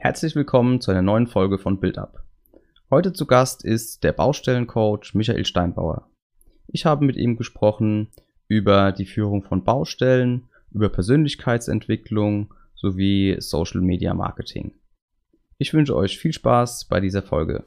Herzlich willkommen zu einer neuen Folge von Build-Up. Heute zu Gast ist der Baustellencoach Michael Steinbauer. Ich habe mit ihm gesprochen über die Führung von Baustellen, über Persönlichkeitsentwicklung sowie Social Media Marketing. Ich wünsche euch viel Spaß bei dieser Folge.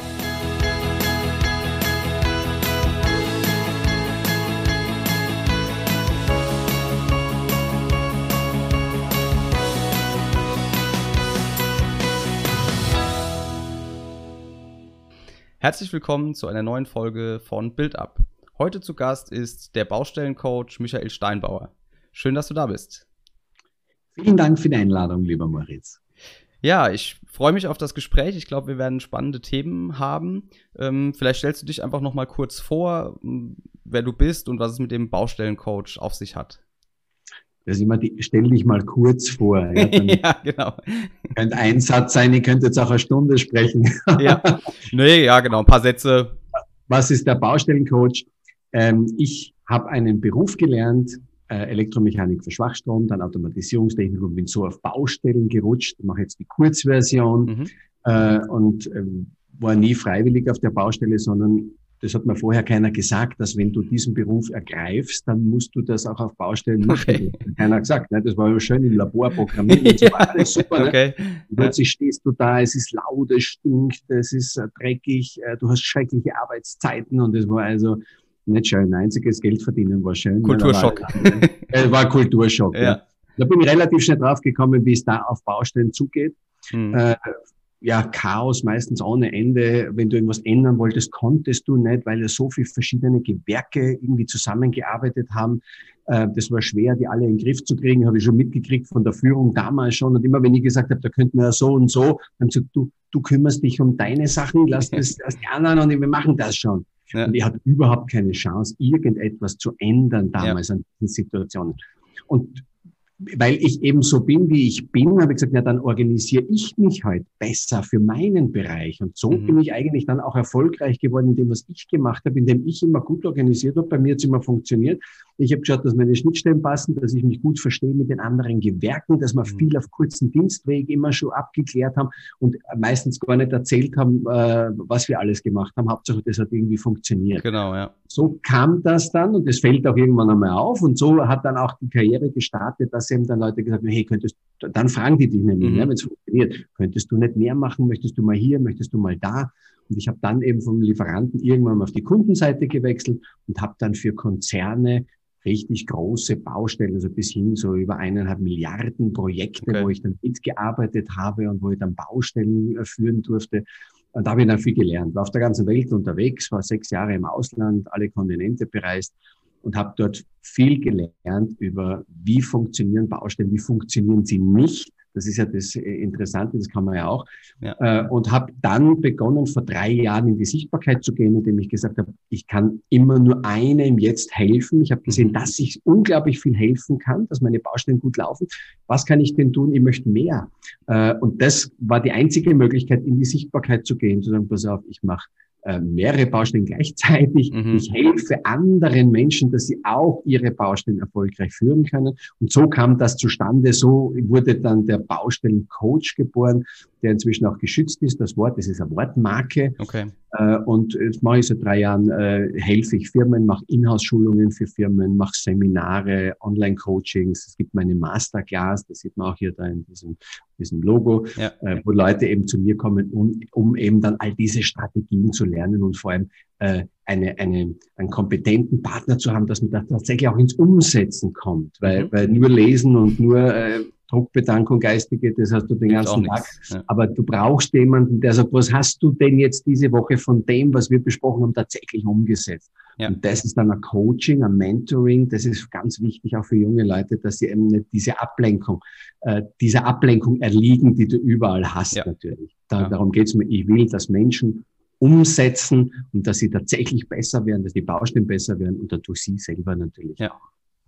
Herzlich willkommen zu einer neuen Folge von Build-Up. Heute zu Gast ist der Baustellencoach Michael Steinbauer. Schön, dass du da bist. Vielen Dank für die Einladung, lieber Moritz. Ja, ich freue mich auf das Gespräch. Ich glaube, wir werden spannende Themen haben. Vielleicht stellst du dich einfach noch mal kurz vor, wer du bist und was es mit dem Baustellencoach auf sich hat. Das ist immer stell dich mal kurz vor. Ja, ja, genau. Könnte ein Satz sein, ich könnte jetzt auch eine Stunde sprechen. Ja, nee, ja, genau, ein paar Sätze. Was ist der Baustellencoach? Ich habe einen Beruf gelernt, Elektromechanik für Schwachstrom, dann Automatisierungstechnik und bin so auf Baustellen gerutscht. Ich mache jetzt die Kurzversion und war nie freiwillig auf der Baustelle, sondern das hat mir vorher keiner gesagt, dass wenn du diesen Beruf ergreifst, dann musst du das auch auf Baustellen machen. Okay. Das hat keiner gesagt. Ne? Das war ja schön im Labor programmiert und so war alles super. Okay. Ne? Und plötzlich stehst du da, es ist laut, es stinkt, es ist dreckig, du hast schreckliche Arbeitszeiten und es war also nicht schön. Einziges Geld verdienen war schön. Kulturschock. War Kulturschock. Ja. Da bin ich relativ schnell drauf gekommen, wie es da auf Baustellen zugeht. Ja, Chaos meistens ohne Ende. Wenn du irgendwas ändern wolltest, konntest du nicht, weil ja so viele verschiedene Gewerke irgendwie zusammengearbeitet haben. Das war schwer, die alle in den Griff zu kriegen, habe ich schon mitgekriegt von der Führung damals schon. Und immer wenn ich gesagt habe, da könnten wir ja so und so, dann gesagt, du kümmerst dich um deine Sachen, lass die anderen und wir machen das schon. Ja. Und ich hatte überhaupt keine Chance, irgendetwas zu ändern damals an diesen Situationen. Und weil ich eben so bin, wie ich bin, habe ich gesagt, na dann organisiere ich mich halt besser für meinen Bereich. Und so bin ich eigentlich dann auch erfolgreich geworden in dem, was ich gemacht habe, indem ich immer gut organisiert habe. Bei mir hat es immer funktioniert. Ich habe geschaut, dass meine Schnittstellen passen, dass ich mich gut verstehe mit den anderen Gewerken, dass wir viel auf kurzen Dienstweg immer schon abgeklärt haben und meistens gar nicht erzählt haben, was wir alles gemacht haben. Hauptsache, das hat irgendwie funktioniert. Genau, ja. So kam das dann und es fällt auch irgendwann einmal auf und so hat dann auch die Karriere gestartet, dass eben dann Leute gesagt haben, hey, dann fragen die dich nämlich, wenn es funktioniert, könntest du nicht mehr machen, möchtest du mal hier, möchtest du mal da? Und ich habe dann eben vom Lieferanten irgendwann mal auf die Kundenseite gewechselt und habe dann für Konzerne richtig große Baustellen, also bis hin so über 1,5 Milliarden Projekte, wo ich dann mitgearbeitet habe und wo ich dann Baustellen führen durfte. Und da habe ich dann viel gelernt. War auf der ganzen Welt unterwegs, war 6 Jahre im Ausland, alle Kontinente bereist und habe dort viel gelernt über, wie funktionieren Baustellen, wie funktionieren sie nicht. Das ist ja das Interessante, das kann man ja auch. Ja. Und habe dann begonnen, vor 3 Jahren in die Sichtbarkeit zu gehen, indem ich gesagt habe, ich kann immer nur einem jetzt helfen. Ich habe gesehen, dass ich unglaublich viel helfen kann, dass meine Baustellen gut laufen. Was kann ich denn tun? Ich möchte mehr. Und das war die einzige Möglichkeit, in die Sichtbarkeit zu gehen, zu sagen, pass auf, ich mache mehrere Baustellen gleichzeitig. Ich helfe anderen Menschen, dass sie auch ihre Baustellen erfolgreich führen können. Und so kam das zustande. So wurde dann der Baustellencoach geboren, der inzwischen auch geschützt ist. Das Wort, das ist eine Wortmarke. Okay. Und jetzt mache ich seit 3 Jahren, helfe ich Firmen, mache Inhouse-Schulungen für Firmen, mache Seminare, Online-Coachings. Es gibt meine Masterclass, das sieht man auch hier da in diesem Logo, wo Leute eben zu mir kommen, um eben dann all diese Strategien zu lernen und vor allem einen kompetenten Partner zu haben, dass man da tatsächlich auch ins Umsetzen kommt. Weil nur lesen und nur Druckbetankung, geistige, das hast du den ganzen Tag. Ja. Aber du brauchst jemanden, der sagt, was hast du denn jetzt diese Woche von dem, was wir besprochen haben, tatsächlich umgesetzt? Ja. Und das ist dann ein Coaching, ein Mentoring. Das ist ganz wichtig auch für junge Leute, dass sie eben nicht dieser Ablenkung erliegen, die du überall hast, natürlich. Darum geht's mir. Ich will, dass Menschen umsetzen und dass sie tatsächlich besser werden, dass die Baustellen besser werden und dadurch sie selber natürlich auch.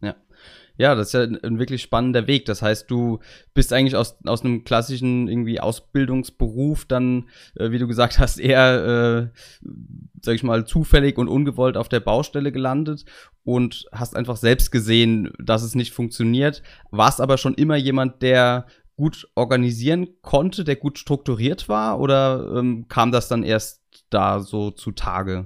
Ja, das ist ja ein wirklich spannender Weg. Das heißt, du bist eigentlich aus einem klassischen irgendwie Ausbildungsberuf dann, wie du gesagt hast, eher, sag ich mal, zufällig und ungewollt auf der Baustelle gelandet und hast einfach selbst gesehen, dass es nicht funktioniert. Warst aber schon immer jemand, der gut organisieren konnte, der gut strukturiert war, oder kam das dann erst da so zutage?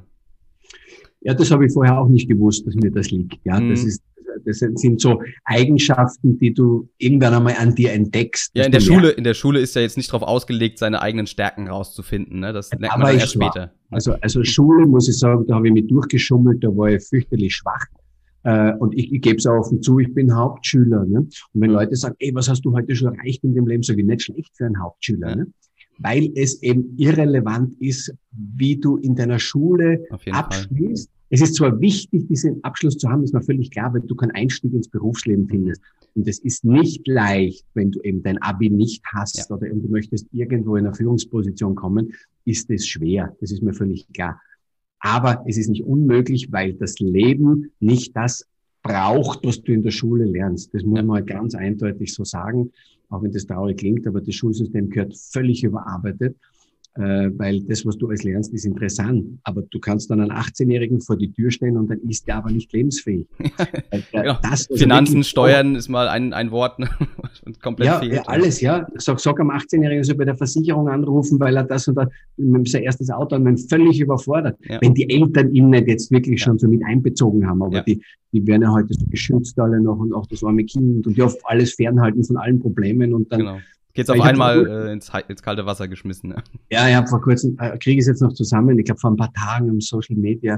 Ja, das habe ich vorher auch nicht gewusst, dass mir das liegt. Ja, das sind so Eigenschaften, die du irgendwann einmal an dir entdeckst. Ja, in der Schule ist ja jetzt nicht darauf ausgelegt, seine eigenen Stärken rauszufinden, ne? Das lernt man dann erst später. Also Schule, muss ich sagen, da habe ich mich durchgeschummelt, da war ich fürchterlich schwach. Und ich gebe es auch offen zu, ich bin Hauptschüler. Ne? Und wenn Leute sagen, ey, was hast du heute schon erreicht in dem Leben, sage ich, nicht schlecht für einen Hauptschüler. Ne? Weil es eben irrelevant ist, wie du in deiner Schule abschließt. Es ist zwar wichtig, diesen Abschluss zu haben, ist mir völlig klar, weil du keinen Einstieg ins Berufsleben findest. Und es ist nicht leicht, wenn du eben dein Abi nicht hast oder du möchtest irgendwo in eine Führungsposition kommen, ist es schwer. Das ist mir völlig klar. Aber es ist nicht unmöglich, weil das Leben nicht das braucht, was du in der Schule lernst. Das muss man halt ganz eindeutig so sagen, auch wenn das traurig klingt, aber das Schulsystem gehört völlig überarbeitet. Weil das, was du alles lernst, ist interessant. Aber du kannst dann einen 18-Jährigen vor die Tür stellen und dann ist der aber nicht lebensfähig. Genau. Finanzen, Steuern ist mal ein Wort, ne? Komplett fehlt. Ja, alles, ja. Sag am 18-Jährigen, soll bei der Versicherung anrufen, weil er das und das mit sein erstes Auto hat, völlig überfordert. Ja. Wenn die Eltern ihn nicht jetzt wirklich schon so mit einbezogen haben, aber die werden ja heute so geschützt alle noch und auch das arme Kind und die oft alles fernhalten von allen Problemen und dann geht's auf einmal ins kalte Wasser geschmissen. Ne? Ja, ich habe vor kurzem, kriege ich es jetzt noch zusammen, ich glaube vor ein paar Tagen im Social Media,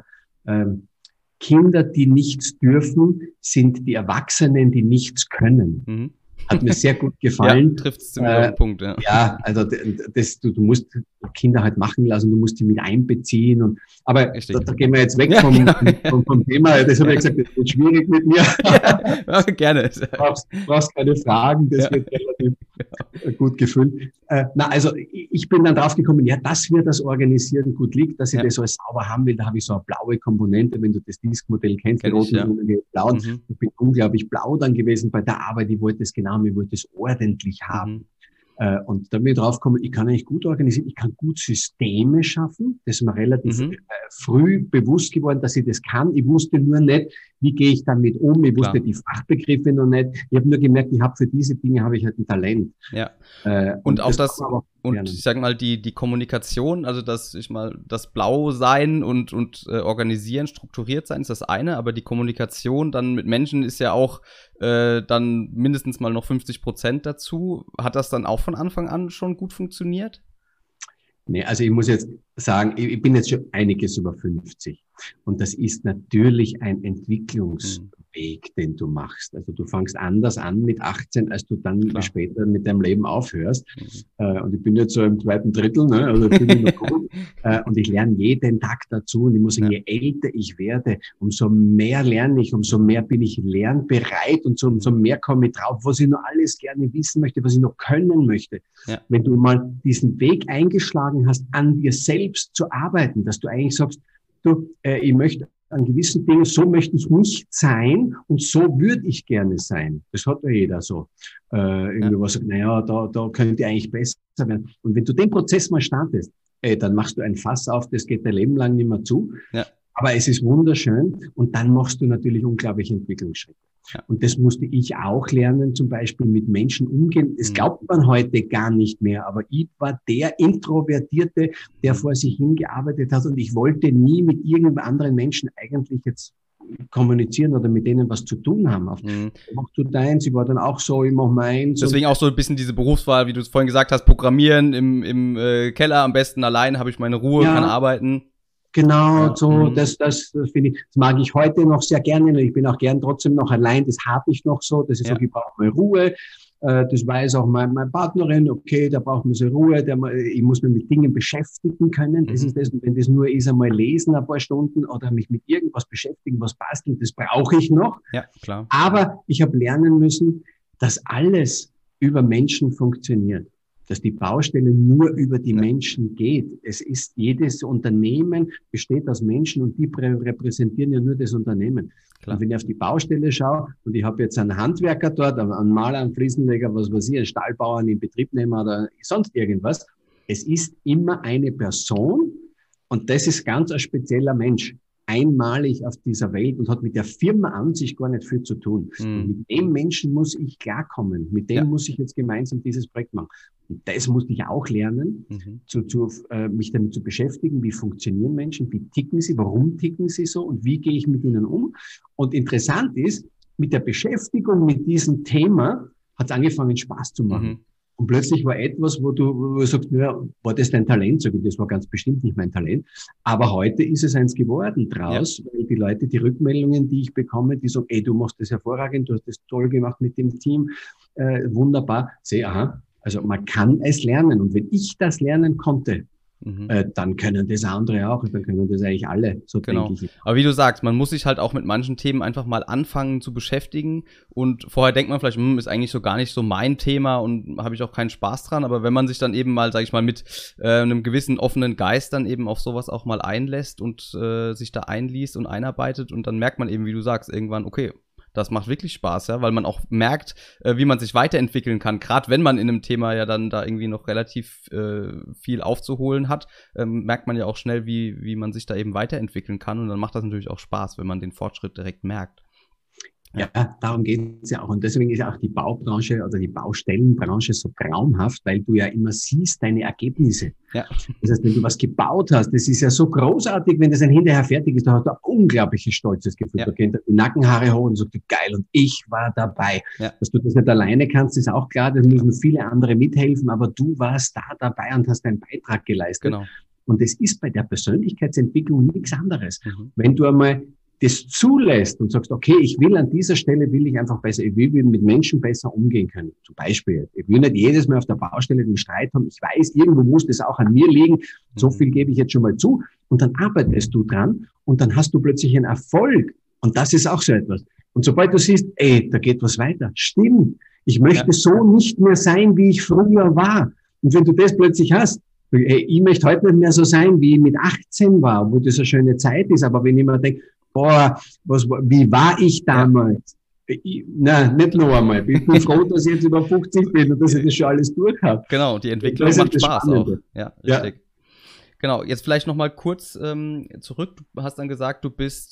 Kinder, die nichts dürfen, sind die Erwachsenen, die nichts können. Mhm. Hat mir sehr gut gefallen. Ja, trifft es ziemlich auf den Punkt. Ja, ja, also du musst Kinder halt machen lassen, du musst die mit einbeziehen. Aber da gehen wir jetzt weg vom Thema. Das habe ich gesagt, das wird schwierig mit mir. Ja, gerne. Brauchst keine Fragen, das wird relativ gut gefüllt. Also ich bin dann drauf gekommen, dass mir das Organisieren gut liegt, dass ich das alles sauber haben will. Da habe ich so eine blaue Komponente, wenn du das Disk-Modell kennst, die roten und die blauen. Ich bin unglaublich blau dann gewesen bei der Arbeit. Ich wollte es ich wollte es ordentlich haben. Und da bin ich drauf gekommen, ich kann eigentlich gut organisieren, ich kann gut Systeme schaffen. Das ist mir relativ früh bewusst geworden, dass ich das kann. Ich wusste nur nicht, wie gehe ich damit um. Ich wusste die Fachbegriffe noch nicht. Ich habe nur gemerkt, für diese Dinge habe ich halt ein Talent. Ja. Und auch ich sage mal, die Kommunikation, also das Blau sein und organisieren, strukturiert sein, ist das eine, aber die Kommunikation dann mit Menschen ist ja auch dann mindestens mal noch 50% dazu. Hat das dann auch von Anfang an schon gut funktioniert? Nee, also ich muss jetzt sagen, ich bin jetzt schon einiges über 50. Und das ist natürlich ein Entwicklungsweg, den du machst. Also du fängst anders an mit 18, als du dann später mit deinem Leben aufhörst. Und ich bin jetzt so im zweiten Drittel, ne? Also ich bin noch gut. Und ich lerne jeden Tag dazu. Und ich muss sagen, je älter ich werde, umso mehr lerne ich, umso mehr bin ich lernbereit und umso mehr komme ich drauf, was ich noch alles gerne wissen möchte, was ich noch können möchte. Ja. Wenn du mal diesen Weg eingeschlagen hast, an dir selbst zu arbeiten, dass du eigentlich sagst, ich möchte an gewissen Dingen, so möchte ich nicht sein und so würde ich gerne sein. Das hat ja jeder so. Was sagt, da könnte ich eigentlich besser werden. Und wenn du den Prozess mal startest, dann machst du ein Fass auf, das geht dein Leben lang nicht mehr zu. Ja. Aber es ist wunderschön und dann machst du natürlich unglaubliche Entwicklungsschritte. Ja. Und das musste ich auch lernen, zum Beispiel mit Menschen umgehen. Das glaubt man heute gar nicht mehr, aber ich war der Introvertierte, der vor sich hingearbeitet hat und ich wollte nie mit irgendeinem anderen Menschen eigentlich jetzt kommunizieren oder mit denen was zu tun haben. Mach du deins, ich war dann auch so, ich mach meins. Deswegen auch so ein bisschen diese Berufswahl, wie du es vorhin gesagt hast, Programmieren im Keller, am besten allein, habe ich meine Ruhe, kann arbeiten. Genau, das finde ich, das mag ich heute noch sehr gerne. Ich bin auch gern trotzdem noch allein, das habe ich noch so, dass ich sage, ich brauche mal Ruhe. Das weiß auch meine Partnerin, okay, da braucht man so Ruhe, ich muss mich mit Dingen beschäftigen können. Das ist das, und wenn das nur ist, einmal lesen ein paar Stunden oder mich mit irgendwas beschäftigen, was basteln, das brauche ich noch. Ja, klar. Aber ich habe lernen müssen, dass alles über Menschen funktioniert. Dass die Baustelle nur über die Menschen geht. Es ist, jedes Unternehmen besteht aus Menschen und die repräsentieren ja nur das Unternehmen. Klar. Und wenn ich auf die Baustelle schaue und ich habe jetzt einen Handwerker dort, einen Maler, einen Fliesenleger, was weiß ich, einen Stahlbauern in Betrieb nehmen oder sonst irgendwas, es ist immer eine Person und das ist ganz ein spezieller Mensch. einmalig auf dieser Welt und hat mit der Firma an sich gar nicht viel zu tun. Und mit dem Menschen muss ich klarkommen. Mit dem muss ich jetzt gemeinsam dieses Projekt machen. Und das musste ich auch lernen, mich damit zu beschäftigen, wie funktionieren Menschen, wie ticken sie, warum ticken sie so und wie gehe ich mit ihnen um. Und interessant ist, mit der Beschäftigung mit diesem Thema hat es angefangen, Spaß zu machen. Und plötzlich war etwas, wo du sagst, ja, war das dein Talent? Sag ich, das war ganz bestimmt nicht mein Talent. Aber heute ist es eins geworden draus, weil die Leute, die Rückmeldungen, die ich bekomme, die sagen, ey, du machst das hervorragend, du hast das toll gemacht mit dem Team, wunderbar. Sehe, aha, also man kann es lernen. Und wenn ich das lernen konnte, dann können das andere auch und dann können das eigentlich alle, so denke ich. Aber wie du sagst, man muss sich halt auch mit manchen Themen einfach mal anfangen zu beschäftigen und vorher denkt man vielleicht, ist eigentlich so gar nicht so mein Thema und habe ich auch keinen Spaß dran, aber wenn man sich dann eben mal, sag ich mal, mit einem gewissen offenen Geist dann eben auf sowas auch mal einlässt und sich da einliest und einarbeitet und dann merkt man eben, wie du sagst, irgendwann, okay, das macht wirklich Spaß, ja, weil man auch merkt, wie man sich weiterentwickeln kann. Gerade wenn man in einem Thema ja dann da irgendwie noch relativ viel aufzuholen hat, merkt man ja auch schnell, wie man sich da eben weiterentwickeln kann. Und dann macht das natürlich auch Spaß, wenn man den Fortschritt direkt merkt. Ja, darum geht es ja auch. Und deswegen ist ja auch die Baubranche oder die Baustellenbranche so traumhaft, weil du ja immer siehst deine Ergebnisse. Ja. Das heißt, wenn du was gebaut hast, das ist ja so großartig, wenn das dann hinterher fertig ist, da hast du ein unglaubliches stolzes Gefühl. Da gehen die Nackenhaare hoch und sagst, geil, und ich war dabei. Ja. Dass du das nicht alleine kannst, ist auch klar, da müssen viele andere mithelfen, aber du warst da dabei und hast deinen Beitrag geleistet. Genau. Und das ist bei der Persönlichkeitsentwicklung nichts anderes. Wenn du einmal das zulässt und sagst, okay, ich will an dieser Stelle, will ich einfach besser, ich will mit Menschen besser umgehen können. Zum Beispiel, ich will nicht jedes Mal auf der Baustelle den Streit haben. Ich weiß, irgendwo muss das auch an mir liegen. So viel gebe ich jetzt schon mal zu. Und dann arbeitest du dran und dann hast du plötzlich einen Erfolg. Und das ist auch so etwas. Und sobald du siehst, ey, da geht was weiter. Stimmt. Ich möchte so nicht mehr sein, wie ich früher war. Und wenn du das plötzlich hast, ey, ich möchte heute nicht mehr so sein, wie ich mit 18 war, wo das eine schöne Zeit ist. Aber wenn ich mir denke, boah, wie war ich damals? Nein, nicht noch einmal. Ich bin froh, dass ich jetzt über 50 bin und dass ich das schon alles durch habe. Genau, die Entwicklung macht Spaß auch. Ja, richtig. Ja. Genau, jetzt vielleicht noch mal kurz zurück. Du hast dann gesagt, du bist,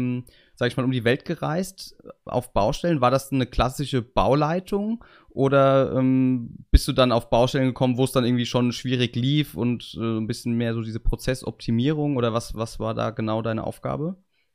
sag ich mal, um die Welt gereist auf Baustellen. War das eine klassische Bauleitung oder bist du dann auf Baustellen gekommen, wo es dann irgendwie schon schwierig lief und ein bisschen mehr so diese Prozessoptimierung oder was war da genau deine Aufgabe?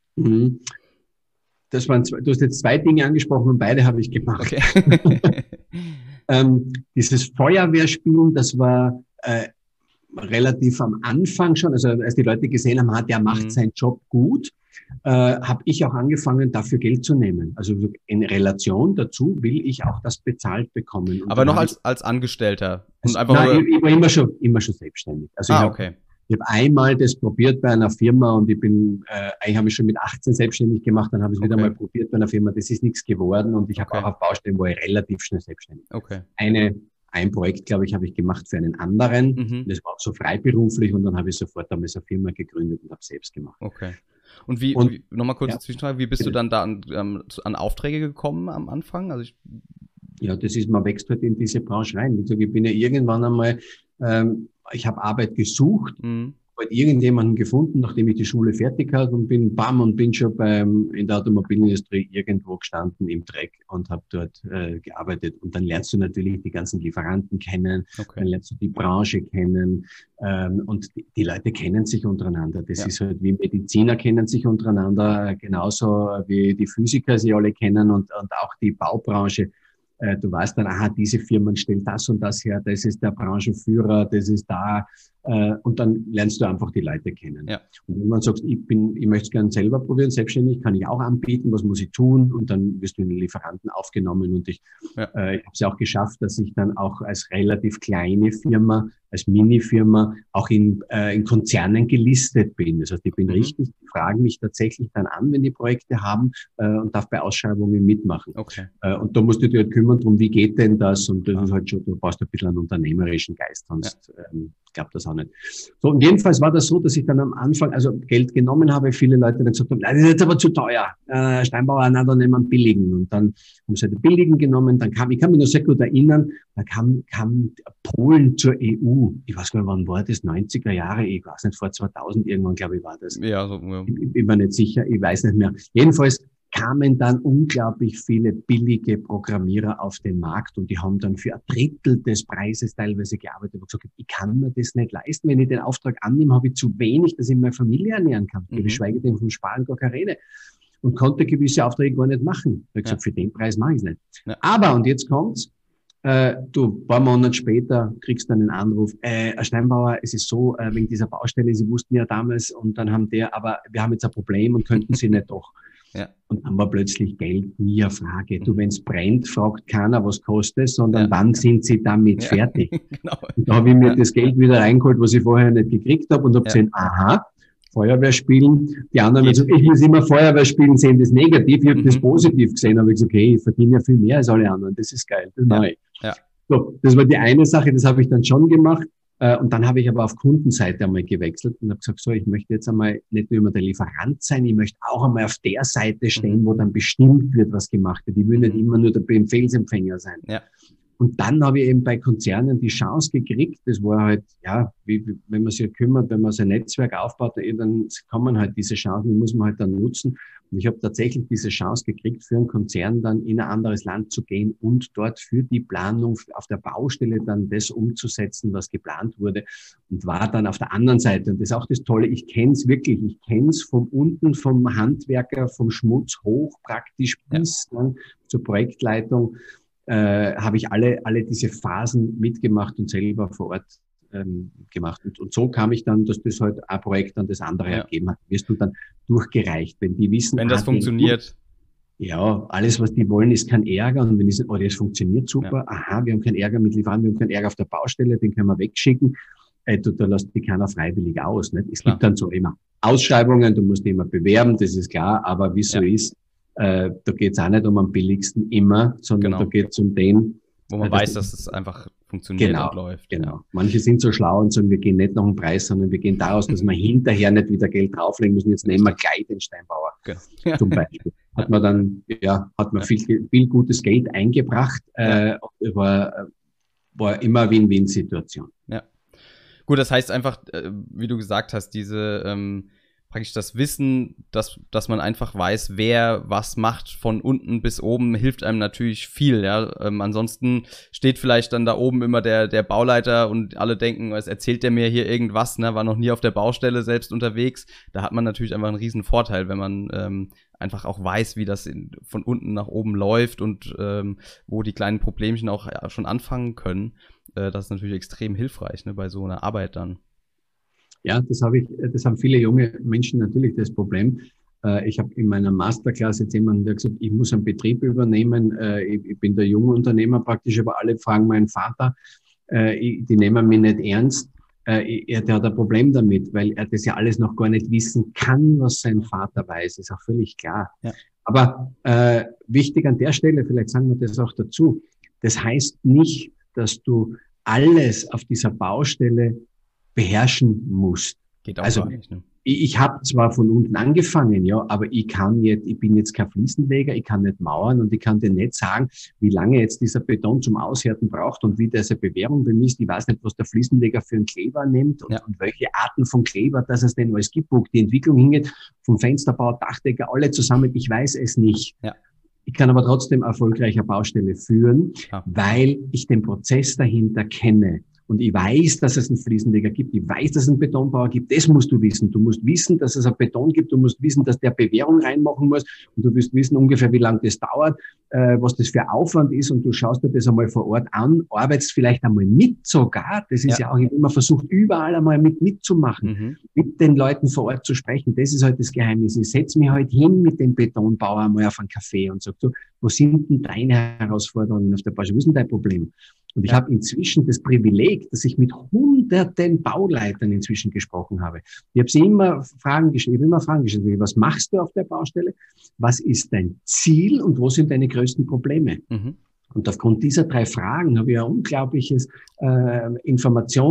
Das waren du hast jetzt zwei Dinge angesprochen und beide habe ich gemacht. Okay. Dieses Feuerwehrspielen, das war relativ am Anfang schon, also als die Leute gesehen haben, der macht seinen Job gut, habe ich auch angefangen, dafür Geld zu nehmen. Also in Relation dazu will ich auch das bezahlt bekommen. Und aber noch als Angestellter? Und einfach nein, ich war immer schon selbstständig. Also ich habe einmal das probiert bei einer Firma und eigentlich habe ich schon mit 18 selbstständig gemacht, dann habe ich es wieder mal probiert bei einer Firma, das ist nichts geworden und ich habe auch auf Baustellen, wo ich relativ schnell selbstständig. Okay. Ein Projekt, glaube ich, habe ich gemacht für einen anderen, das war auch so freiberuflich und dann habe ich sofort damals eine Firma gegründet und habe selbst gemacht. Okay. Und nochmal kurz Zwischenfrage, wie bist du dann da an Aufträge gekommen am Anfang? Also man wächst halt in diese Branche rein. Wie gesagt, ich bin ja irgendwann einmal, ich habe Arbeit gesucht, halt irgendjemanden gefunden, nachdem ich die Schule fertig hatte und bin schon in der Automobilindustrie irgendwo gestanden im Dreck und habe dort gearbeitet. Und dann lernst du natürlich die ganzen Lieferanten kennen, dann lernst du die Branche kennen und die Leute kennen sich untereinander. Das ist halt wie Mediziner kennen sich untereinander, genauso wie die Physiker sie alle kennen und auch die Baubranche. Du weißt dann, diese Firma stellt das und das her, das ist der Branchenführer, das ist da. Und dann lernst du einfach die Leute kennen. Ja. Und wenn man sagt, ich möchte es gerne selber probieren, selbstständig, kann ich auch anbieten, was muss ich tun? Und dann wirst du in den Lieferanten aufgenommen. Und ich habe es ja auch geschafft, dass ich dann auch als relativ kleine Firma, als Mini-Firma auch in Konzernen gelistet bin. Das heißt, ich bin richtig, die fragen mich tatsächlich dann an, wenn die Projekte haben und darf bei Ausschreibungen mitmachen. Okay. Und da musst du dich halt kümmern drum, wie geht denn das? Und das ist halt schon, du brauchst ein bisschen einen unternehmerischen Geist, sonst glaube das auch nicht. So, und jedenfalls war das so, dass ich dann am Anfang, also Geld genommen habe, viele Leute dann gesagt haben, das ist jetzt aber zu teuer, Steinbauer, na, dann nehmen wir einen billigen. Und dann haben sie den billigen genommen, dann kam, ich kann mich noch sehr gut erinnern, da kam Polen zur EU. Ich weiß gar nicht, wann war das? 90er Jahre, ich weiß nicht, vor 2000 irgendwann, glaube ich, war das. Ja, so, ja. Ich bin mir nicht sicher, ich weiß nicht mehr. Jedenfalls kamen dann unglaublich viele billige Programmierer auf den Markt und die haben dann für ein Drittel des Preises teilweise gearbeitet und gesagt, ich kann mir das nicht leisten. Wenn ich den Auftrag annehme, habe ich zu wenig, dass ich meine Familie ernähren kann. Geschweige denn vom Sparen gar keine Rede. Und konnte gewisse Aufträge gar nicht machen. Ich habe gesagt, für den Preis mache ich es nicht. Ja. Aber, und jetzt kommt's, du, ein paar Monate später kriegst du einen Anruf, Herr Steinbauer, es ist so, wegen dieser Baustelle, Sie wussten ja damals, und dann aber wir haben jetzt ein Problem und könnten Sie nicht doch. Ja. Und dann war plötzlich Geld nie eine Frage. Du, wenn es brennt, fragt keiner, was kostet es, sondern wann sind Sie damit fertig? Genau. Und da habe ich mir das Geld wieder reingeholt, was ich vorher nicht gekriegt habe und habe gesehen, aha, Feuerwehr spielen. Die anderen haben gesagt, ich muss immer Feuerwehr spielen, sehen das negativ. Ich habe das positiv gesehen, aber ich gesagt, okay, ich verdiene ja viel mehr als alle anderen. Das ist geil, das ist neu. Ja. So, das war die eine Sache, das habe ich dann schon gemacht. Und dann habe ich aber auf Kundenseite einmal gewechselt und habe gesagt, so, ich möchte jetzt einmal nicht nur immer der Lieferant sein, ich möchte auch einmal auf der Seite stehen, wo dann bestimmt wird, was gemacht wird. Ich will nicht immer nur der Befehlsempfänger sein. Ja. Und dann habe ich eben bei Konzernen die Chance gekriegt, das war halt, ja, wie wenn man sich kümmert, wenn man sein Netzwerk aufbaut, dann kommen halt diese Chancen, die muss man halt dann nutzen. Und ich habe tatsächlich diese Chance gekriegt, für einen Konzern dann in ein anderes Land zu gehen und dort für die Planung auf der Baustelle dann das umzusetzen, was geplant wurde, und war dann auf der anderen Seite. Und das ist auch das Tolle, ich kenne es wirklich, ich kenne es von unten, vom Handwerker, vom Schmutz hoch praktisch bis dann zur Projektleitung. Habe ich alle diese Phasen mitgemacht und selber vor Ort gemacht. Und so kam ich dann, dass das halt ein Projekt dann das andere ergeben hat. Wirst du dann durchgereicht, wenn die wissen, wenn das funktioniert. Ja, alles, was die wollen, ist kein Ärger. Und wenn die sagen, oh, das funktioniert super, aha, wir haben keinen Ärger mit Lieferanten, wir haben keinen Ärger auf der Baustelle, den können wir wegschicken. Da lässt die keiner freiwillig aus. Nicht? Es gibt dann so immer Ausschreibungen, du musst immer bewerben, das ist klar, aber wie so ist, da geht es auch nicht um am billigsten immer, sondern da geht es um den, wo man weiß, dass es einfach funktioniert und läuft. Genau. Manche sind so schlau und sagen, wir gehen nicht nach dem Preis, sondern wir gehen daraus, dass wir hinterher nicht wieder Geld drauflegen müssen. Jetzt nehmen wir gleich den Steinbauer zum Beispiel. Hat man dann, viel gutes Geld eingebracht, war immer eine Win-Win-Situation. Ja. Gut, das heißt einfach, wie du gesagt hast, diese praktisch das Wissen, dass man einfach weiß, wer was macht von unten bis oben, hilft einem natürlich viel, ja. Ansonsten steht vielleicht dann da oben immer der Bauleiter und alle denken, was erzählt der mir hier irgendwas, ne, war noch nie auf der Baustelle selbst unterwegs. Da hat man natürlich einfach einen riesen Vorteil, wenn man einfach auch weiß, wie das von unten nach oben läuft und wo die kleinen Problemchen auch schon anfangen können. Das ist natürlich extrem hilfreich, ne, bei so einer Arbeit dann. Ja, das haben viele junge Menschen natürlich das Problem. Ich habe in meiner Masterclass jetzt jemanden, der gesagt, ich muss einen Betrieb übernehmen. Ich bin der junge Unternehmer praktisch, aber alle fragen meinen Vater, die nehmen mich nicht ernst. Der hat ein Problem damit, weil er das ja alles noch gar nicht wissen kann, was sein Vater weiß. Ist auch völlig klar. Ja. Aber wichtig an der Stelle, vielleicht sagen wir das auch dazu, das heißt nicht, dass du alles auf dieser Baustelle beherrschen musst. Geht auch gar nicht, ne? Ich habe zwar von unten angefangen, ja, aber ich bin jetzt kein Fliesenleger, ich kann nicht mauern und ich kann dir nicht sagen, wie lange jetzt dieser Beton zum Aushärten braucht und wie der seine Bewährung bemisst. Ich weiß nicht, was der Fliesenleger für einen Kleber nimmt und welche Arten von Kleber, dass es denn alles gibt, wo die Entwicklung hingeht, vom Fensterbau, Dachdecker, alle zusammen. Ich weiß es nicht. Ja. Ich kann aber trotzdem erfolgreich eine Baustelle führen, weil ich den Prozess dahinter kenne. Und ich weiß, dass es einen Fliesenleger gibt. Ich weiß, dass es einen Betonbauer gibt. Das musst du wissen. Du musst wissen, dass es einen Beton gibt. Du musst wissen, dass der Bewährung reinmachen muss. Und du wirst wissen ungefähr, wie lange das dauert, was das für Aufwand ist. Und du schaust dir das einmal vor Ort an, arbeitest vielleicht einmal mit sogar. Das ist ja auch immer versucht, überall einmal mitzumachen, mit den Leuten vor Ort zu sprechen. Das ist halt das Geheimnis. Ich setze mich halt hin mit dem Betonbauer einmal auf einen Kaffee und sage, so, wo sind denn deine Herausforderungen auf der Baustelle? Wo ist denn dein Problem? Und ich habe inzwischen das Privileg, dass ich mit hunderten Bauleitern inzwischen gesprochen habe. Ich habe sie immer Fragen gestellt, was machst du auf der Baustelle? Was ist dein Ziel und wo sind deine größten Probleme? Und aufgrund dieser 3 Fragen habe ich ein unglaubliches Informationsfeld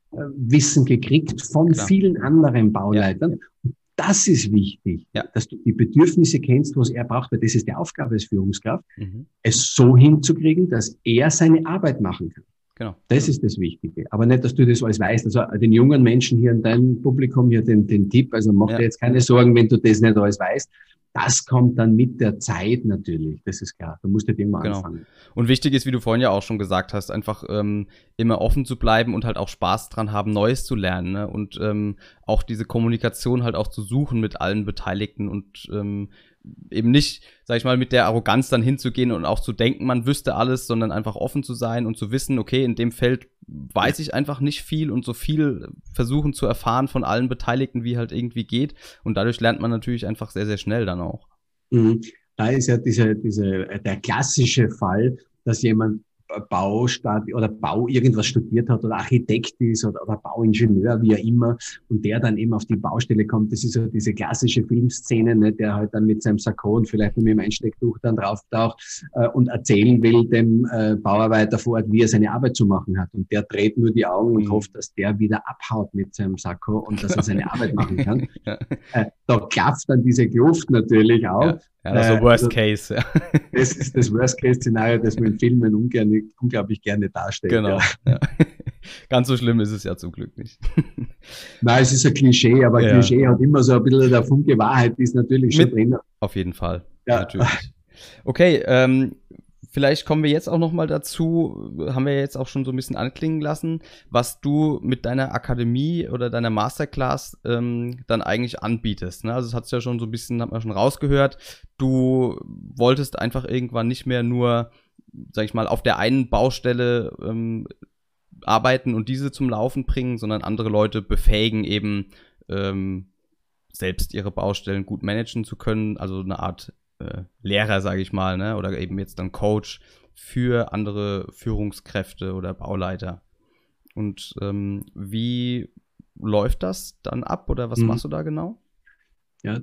Wissen gekriegt von vielen anderen Bauleitern. Ja. Das ist wichtig, dass du die Bedürfnisse kennst, was er braucht, weil das ist die Aufgabe als Führungskraft, es so hinzukriegen, dass er seine Arbeit machen kann. Genau. Das ist das Wichtige. Aber nicht, dass du das alles weißt. Also den jungen Menschen hier in deinem Publikum hier den Tipp, also mach dir jetzt keine Sorgen, wenn du das nicht alles weißt. Das kommt dann mit der Zeit natürlich, das ist klar. Du musst halt irgendwann anfangen. Und wichtig ist, wie du vorhin ja auch schon gesagt hast, einfach immer offen zu bleiben und halt auch Spaß dran haben, Neues zu lernen, ne? Und auch diese Kommunikation halt auch zu suchen mit allen Beteiligten und eben nicht, sag ich mal, mit der Arroganz dann hinzugehen und auch zu denken, man wüsste alles, sondern einfach offen zu sein und zu wissen, okay, in dem Feld weiß ich einfach nicht viel und so viel versuchen zu erfahren von allen Beteiligten, wie halt irgendwie geht. Und dadurch lernt man natürlich einfach sehr, sehr schnell dann auch. Da ist ja der klassische Fall, dass jemand Bau irgendwas studiert hat oder Architekt ist oder Bauingenieur, wie auch immer, und der dann eben auf die Baustelle kommt. Das ist so diese klassische Filmszene, ne, der halt dann mit seinem Sakko und vielleicht mit dem Einstecktuch dann drauf taucht und erzählen will dem Bauarbeiter vor Ort, wie er seine Arbeit zu machen hat. Und der dreht nur die Augen und hofft, dass der wieder abhaut mit seinem Sakko und dass er seine Arbeit machen kann. Da klafft dann diese Kluft natürlich auch. Ja, also Worst Case. Das ist das Worst-Case-Szenario, das man in Filmen unglaublich gerne darstellt. Genau. Ja. Ganz so schlimm ist es ja zum Glück nicht. Nein, es ist ein Klischee, aber Klischee hat immer so ein bisschen der Funke Wahrheit, ist natürlich schon drin. Auf jeden Fall, natürlich. Okay, vielleicht kommen wir jetzt auch noch mal dazu, haben wir jetzt auch schon so ein bisschen anklingen lassen, was du mit deiner Akademie oder deiner Masterclass dann eigentlich anbietest. Ne? Also das hat's ja schon so ein bisschen, hat man schon rausgehört, du wolltest einfach irgendwann nicht mehr nur, sag ich mal, auf der einen Baustelle arbeiten und diese zum Laufen bringen, sondern andere Leute befähigen eben selbst ihre Baustellen gut managen zu können, also eine Art Lehrer, sage ich mal, ne? Oder eben jetzt dann Coach für andere Führungskräfte oder Bauleiter. Und wie läuft das dann ab oder was machst du da genau? Ja,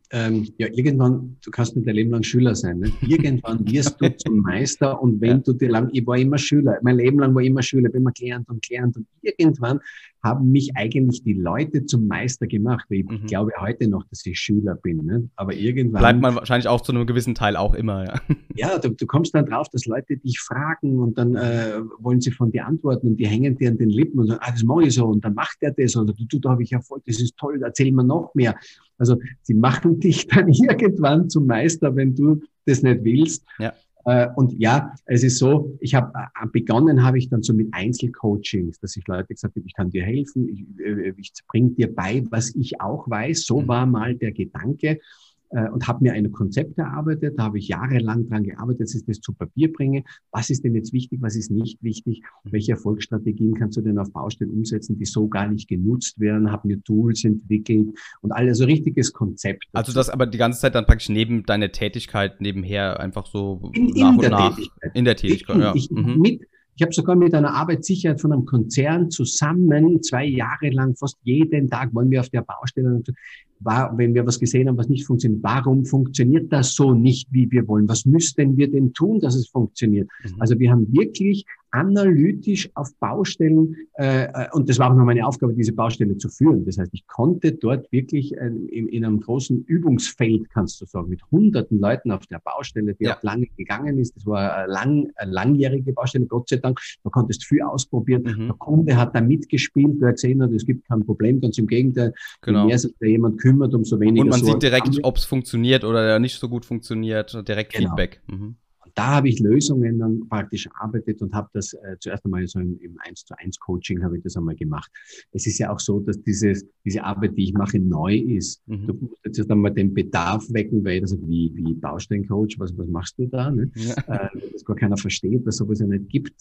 irgendwann, du kannst nicht dein Leben lang Schüler sein, ne? Irgendwann wirst du zum Meister und wenn du dir ich war immer Schüler, mein Leben lang war ich immer Schüler, bin immer gelernt und irgendwann haben mich eigentlich die Leute zum Meister gemacht, weil ich glaube heute noch, dass ich Schüler bin, ne? Aber irgendwann bleibt man wahrscheinlich auch zu einem gewissen Teil auch immer, ja. Ja, du kommst dann drauf, dass Leute dich fragen und dann wollen sie von dir antworten und die hängen dir an den Lippen und sagen, das mache ich so und dann macht der das oder du, da habe ich Erfolg, das ist toll, erzähl mir noch mehr. Also sie machen dich dann irgendwann zum Meister, wenn du das nicht willst. Ja. Und ja, es ist so, begonnen habe ich dann so mit Einzelcoachings, dass ich Leute gesagt habe, ich kann dir helfen, ich bringe dir bei, was ich auch weiß. So war mal der Gedanke. Und habe mir ein Konzept erarbeitet, da habe ich jahrelang dran gearbeitet, dass ich das zu Papier bringe. Was ist denn jetzt wichtig, was ist nicht wichtig? Welche Erfolgsstrategien kannst du denn auf Baustellen umsetzen, die so gar nicht genutzt werden? Habe mir Tools entwickelt und alles, so richtiges Konzept dazu. Also das aber die ganze Zeit dann praktisch neben deiner Tätigkeit nebenher einfach so nach und nach. In der Tätigkeit, Ich habe sogar mit einer Arbeitssicherheit von einem Konzern zusammen 2 Jahre lang, fast jeden Tag waren wir auf der Baustelle. Wenn wir was gesehen haben, was nicht funktioniert, warum funktioniert das so nicht, wie wir wollen? Was müssten wir denn tun, dass es funktioniert? Also wir haben wirklich analytisch auf Baustellen, und das war auch noch meine Aufgabe, diese Baustelle zu führen. Das heißt, ich konnte dort wirklich in einem großen Übungsfeld, kannst du sagen, mit hunderten Leuten auf der Baustelle, die auch lange gegangen ist. Das war eine langjährige Baustelle, Gott sei Dank. Da konntest du viel ausprobieren. Der Kunde hat da mitgespielt, der gesehen hat, es gibt kein Problem, ganz im Gegenteil. Genau. Je mehr sich da jemand kümmert, umso weniger. Und man sieht direkt, ob es funktioniert oder nicht so gut funktioniert, direkt Feedback. Da habe ich Lösungen dann praktisch erarbeitet und habe das zuerst einmal so im 1:1 Coaching habe ich das einmal gemacht. Es ist ja auch so, dass diese Arbeit, die ich mache, neu ist. Du musst jetzt einmal den Bedarf wecken, weil das wie Baustellencoach, was machst du da? Ne? Das gar keiner versteht, dass sowas ja nicht gibt.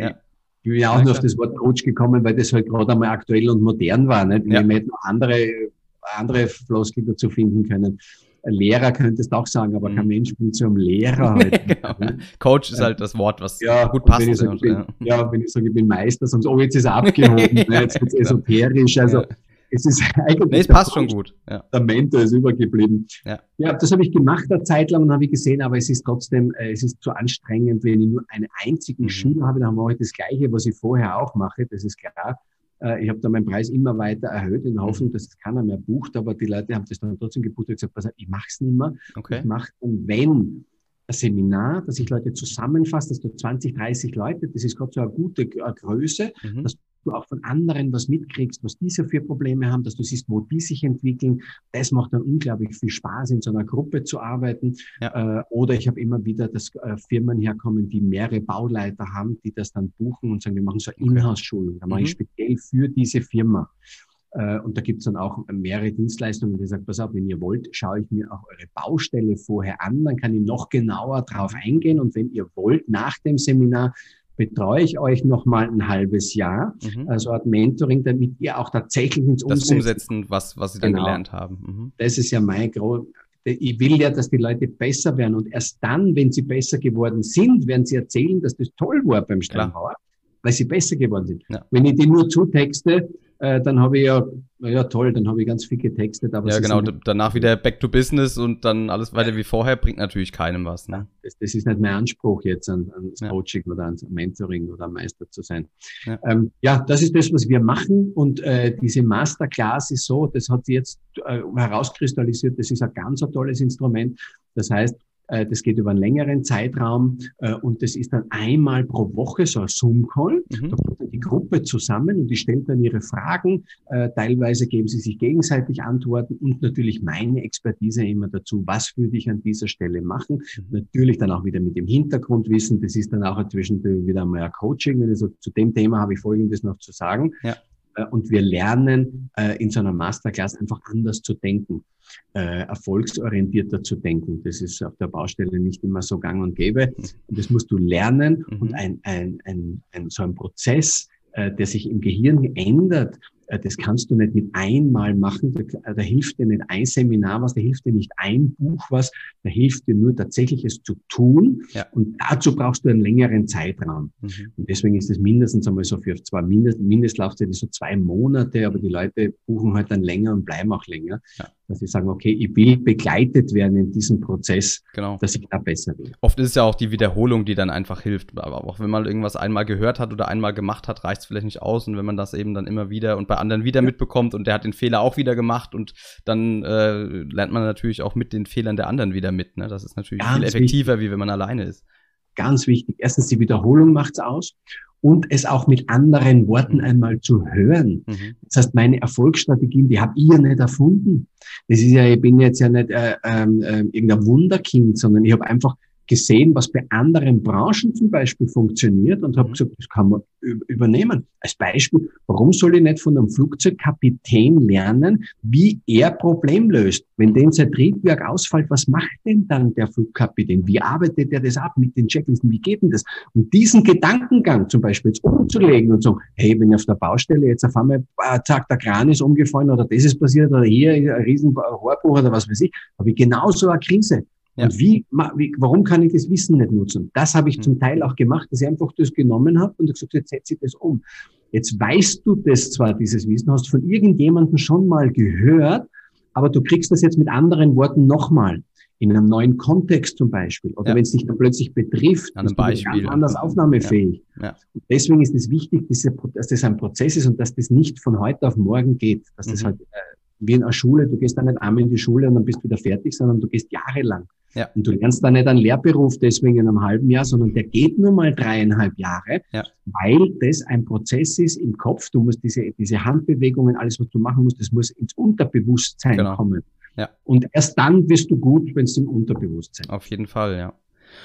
Ich bin ja auch nur auf das Wort Coach gekommen, weil das halt gerade einmal aktuell und modern war. Nicht? Wir hätten noch andere Floskeln dazu finden können. Lehrer könntest du auch sagen, aber kein Mensch will zu einem Lehrer halt. Genau. Coach ist halt das Wort, was gut passt. Wenn ich sage, ich bin Meister, sonst, jetzt ist er abgehoben, jetzt wird es esoterisch. Also es ist eigentlich. Es passt schon gut. Ja. Der Mentor ist übergeblieben. Ja, das habe ich gemacht eine Zeit lang und habe ich gesehen, aber es ist trotzdem, es ist zu anstrengend, wenn ich nur einen einzigen Schüler habe, dann haben wir heute das Gleiche, was ich vorher auch mache, das ist klar. Ich habe da meinen Preis immer weiter erhöht, in der Hoffnung, dass es keiner mehr bucht, aber die Leute haben das dann trotzdem gebucht und gesagt, pass auf, ich mache es nicht mehr. Okay. Ich mache dann, wenn ein Seminar, dass ich Leute zusammenfasse, dass du 20, 30 Leute, das ist gerade so eine gute Größe, dass du auch von anderen was mitkriegst, was diese für Probleme haben, dass du siehst, wo die sich entwickeln. Das macht dann unglaublich viel Spaß, in so einer Gruppe zu arbeiten. Ja. Oder ich habe immer wieder, dass Firmen herkommen, die mehrere Bauleiter haben, die das dann buchen und sagen, wir machen so eine Inhouse-Schulung. Da mache ich speziell für diese Firma. Und da gibt's dann auch mehrere Dienstleistungen, die sagen, pass auf, wenn ihr wollt, schaue ich mir auch eure Baustelle vorher an, dann kann ich noch genauer drauf eingehen. Und wenn ihr wollt, nach dem Seminar betreue ich euch nochmal ein halbes Jahr, also ein Mentoring, damit ihr auch tatsächlich ins Umsetzen, was sie dann gelernt haben. Das ist ja ich will ja, dass die Leute besser werden. Und erst dann, wenn sie besser geworden sind, werden sie erzählen, dass das toll war beim Steinbauer, weil sie besser geworden sind. Ja. Wenn ich die nur zutexte, dann habe ich ja toll, dann habe ich ganz viel getextet. Aber ja, genau, danach wieder back to business und dann alles weiter wie vorher, bringt natürlich keinem was. Ne? Das ist nicht mein Anspruch jetzt ans Coaching oder ans Mentoring oder Meister zu sein. Ja, das ist das, was wir machen und diese Masterclass ist so, das hat sich jetzt herauskristallisiert, das ist ein ganz tolles Instrument. Das heißt, das geht über einen längeren Zeitraum und das ist dann einmal pro Woche so ein Zoom-Call. Da kommt dann die Gruppe zusammen und die stellt dann ihre Fragen. Teilweise geben sie sich gegenseitig Antworten und natürlich meine Expertise immer dazu, was würde ich an dieser Stelle machen. Natürlich dann auch wieder mit dem Hintergrundwissen. Das ist dann auch inzwischen wieder mal ein Coaching. Wenn ich so, zu dem Thema habe ich Folgendes noch zu sagen. Ja. Und wir lernen in so einer Masterclass einfach anders zu denken, erfolgsorientierter zu denken. Das ist auf der Baustelle nicht immer so gang und gäbe. Und das musst du lernen. Und so ein Prozess, der sich im Gehirn ändert, das kannst du nicht mit einmal machen. Da hilft dir nicht ein Seminar was, da hilft dir nicht ein Buch was, da hilft dir nur tatsächlich es zu tun. Ja. Und dazu brauchst du einen längeren Zeitraum. Und deswegen ist es mindestens einmal so für Mindestlaufzeit ist so 2 Monate, aber die Leute buchen halt dann länger und bleiben auch länger. Ja. Dass sie sagen, okay, ich will begleitet werden in diesem Prozess, dass ich da besser will. Oft ist es ja auch die Wiederholung, die dann einfach hilft. Aber auch wenn man irgendwas einmal gehört hat oder einmal gemacht hat, reicht es vielleicht nicht aus. Und wenn man das eben dann immer wieder und bei anderen wieder mitbekommt und der hat den Fehler auch wieder gemacht und dann lernt man natürlich auch mit den Fehlern der anderen wieder mit. Ne? Das ist natürlich viel effektiver, wie wenn man alleine ist. Ganz wichtig. Erstens, die Wiederholung macht's aus. Und es auch mit anderen Worten einmal zu hören. Das heißt, meine Erfolgsstrategien, die habe ich ja nicht erfunden. Das ist ja, ich bin jetzt ja nicht irgendein Wunderkind, sondern ich habe einfach gesehen, was bei anderen Branchen zum Beispiel funktioniert und habe gesagt, das kann man übernehmen. Als Beispiel, warum soll ich nicht von einem Flugzeugkapitän lernen, wie er Problem löst? Wenn dem sein Triebwerk ausfällt, was macht denn dann der Flugkapitän? Wie arbeitet er das ab mit den Checklisten? Wie geht denn das? Und diesen Gedankengang zum Beispiel jetzt umzulegen und sagen, hey, wenn ich auf der Baustelle jetzt auf einmal, zack, der Kran ist umgefallen oder das ist passiert oder hier ein riesen Rohrbruch oder was weiß ich, habe ich genauso eine Krise. Ja. Und warum kann ich das Wissen nicht nutzen? Das habe ich zum Teil auch gemacht, dass ich einfach das genommen habe und gesagt, jetzt setze ich das um. Jetzt weißt du das zwar, dieses Wissen, hast von irgendjemandem schon mal gehört, aber du kriegst das jetzt mit anderen Worten nochmal. In einem neuen Kontext zum Beispiel. Oder wenn es dich dann plötzlich betrifft, bist du ganz anders aufnahmefähig. Ja. Und deswegen ist es wichtig, dass das ein Prozess ist und dass das nicht von heute auf morgen geht. Dass das halt wie in einer Schule, du gehst dann nicht einmal in die Schule und dann bist du wieder fertig, sondern du gehst jahrelang. Ja. Und du lernst dann nicht einen Lehrberuf deswegen in einem halben Jahr, sondern der geht nur mal 3,5 Jahre, weil das ein Prozess ist im Kopf. Du musst diese Handbewegungen, alles, was du machen musst, das muss ins Unterbewusstsein kommen. Ja. Und erst dann bist du gut, wenn es im Unterbewusstsein ist. Auf jeden Fall, ja.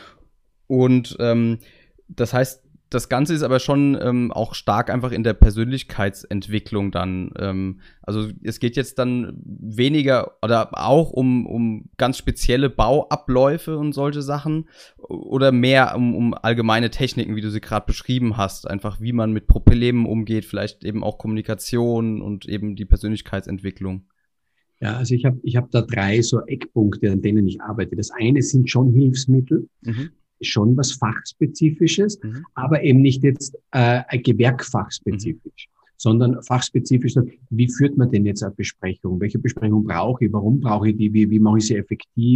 Und das heißt, das Ganze ist aber schon auch stark einfach in der Persönlichkeitsentwicklung dann. Also es geht jetzt dann weniger oder auch um ganz spezielle Bauabläufe und solche Sachen oder mehr um allgemeine Techniken, wie du sie gerade beschrieben hast. Einfach wie man mit Problemen umgeht, vielleicht eben auch Kommunikation und eben die Persönlichkeitsentwicklung. Ja, also ich hab da 3 so Eckpunkte, an denen ich arbeite. Das eine sind schon Hilfsmittel. Schon was Fachspezifisches, aber eben nicht jetzt gewerkfachspezifisch, sondern fachspezifisch. Wie führt man denn jetzt eine Besprechung? Welche Besprechung brauche ich? Warum brauche ich die? Wie mache ich sie effektiv?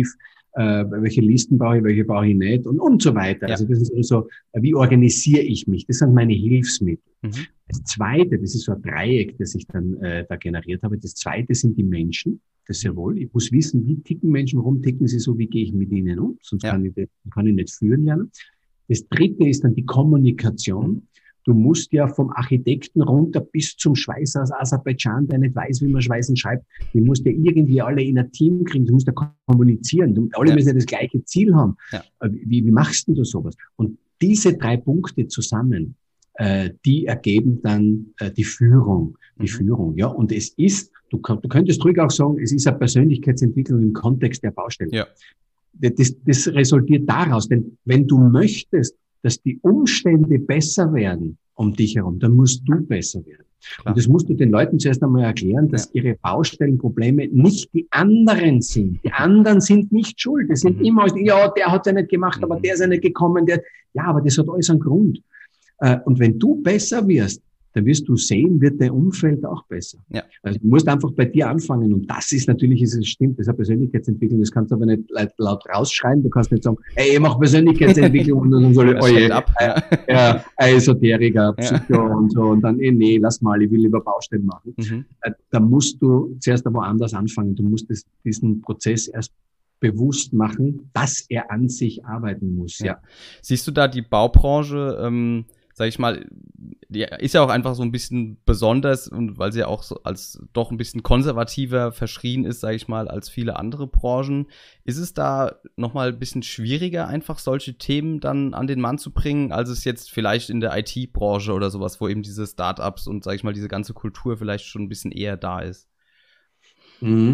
welche Listen brauche ich, welche brauche ich nicht und so weiter. Ja. Also das ist so, wie organisiere ich mich? Das sind meine Hilfsmittel. Das Zweite, das ist so ein Dreieck, das ich dann da generiert habe. Das Zweite sind die Menschen. Das ist ja wohl. Ich muss wissen, wie ticken Menschen, warum ticken sie so, wie gehe ich mit ihnen um? Sonst kann ich nicht führen lernen. Das Dritte ist dann die Kommunikation. Du musst ja vom Architekten runter bis zum Schweißer aus Aserbaidschan, der nicht weiß, wie man Schweißen schreibt, die musst ja irgendwie alle in ein Team kriegen, du musst ja kommunizieren, alle müssen ja das gleiche Ziel haben. Ja. Wie machst du sowas? Und diese 3 Punkte zusammen, die ergeben dann die Führung. Die Führung, ja. Und es ist, du könntest ruhig auch sagen, es ist eine Persönlichkeitsentwicklung im Kontext der Baustelle. Ja. Das resultiert daraus, denn wenn du möchtest, dass die Umstände besser werden um dich herum, dann musst du besser werden. Klar. Und das musst du den Leuten zuerst einmal erklären, dass ihre Baustellenprobleme nicht die anderen sind. Die anderen sind nicht schuld. Das sind immer, ja, der hat es ja nicht gemacht, aber der ist ja nicht gekommen. Ja, aber das hat alles einen Grund. Und wenn du besser wirst, dann wirst du sehen, wird dein Umfeld auch besser. Ja. Also du musst einfach bei dir anfangen. Und das ist natürlich, es stimmt, das ist eine Persönlichkeitsentwicklung. Das kannst du aber nicht laut rausschreien. Du kannst nicht sagen, ey, ich mache Persönlichkeitsentwicklung und dann soll ich, Esoteriker, Psycho und so. Und dann, nee, lass mal, ich will lieber Baustellen machen. Da musst du zuerst aber woanders anfangen. Du musst diesen Prozess erst bewusst machen, dass er an sich arbeiten muss. Ja. Siehst du da die Baubranche, sag ich mal, die ist ja auch einfach so ein bisschen besonders und weil sie ja auch so als doch ein bisschen konservativer verschrien ist, sag ich mal, als viele andere Branchen. Ist es da nochmal ein bisschen schwieriger, einfach solche Themen dann an den Mann zu bringen, als es jetzt vielleicht in der IT-Branche oder sowas, wo eben diese Startups und, sag ich mal, diese ganze Kultur vielleicht schon ein bisschen eher da ist? In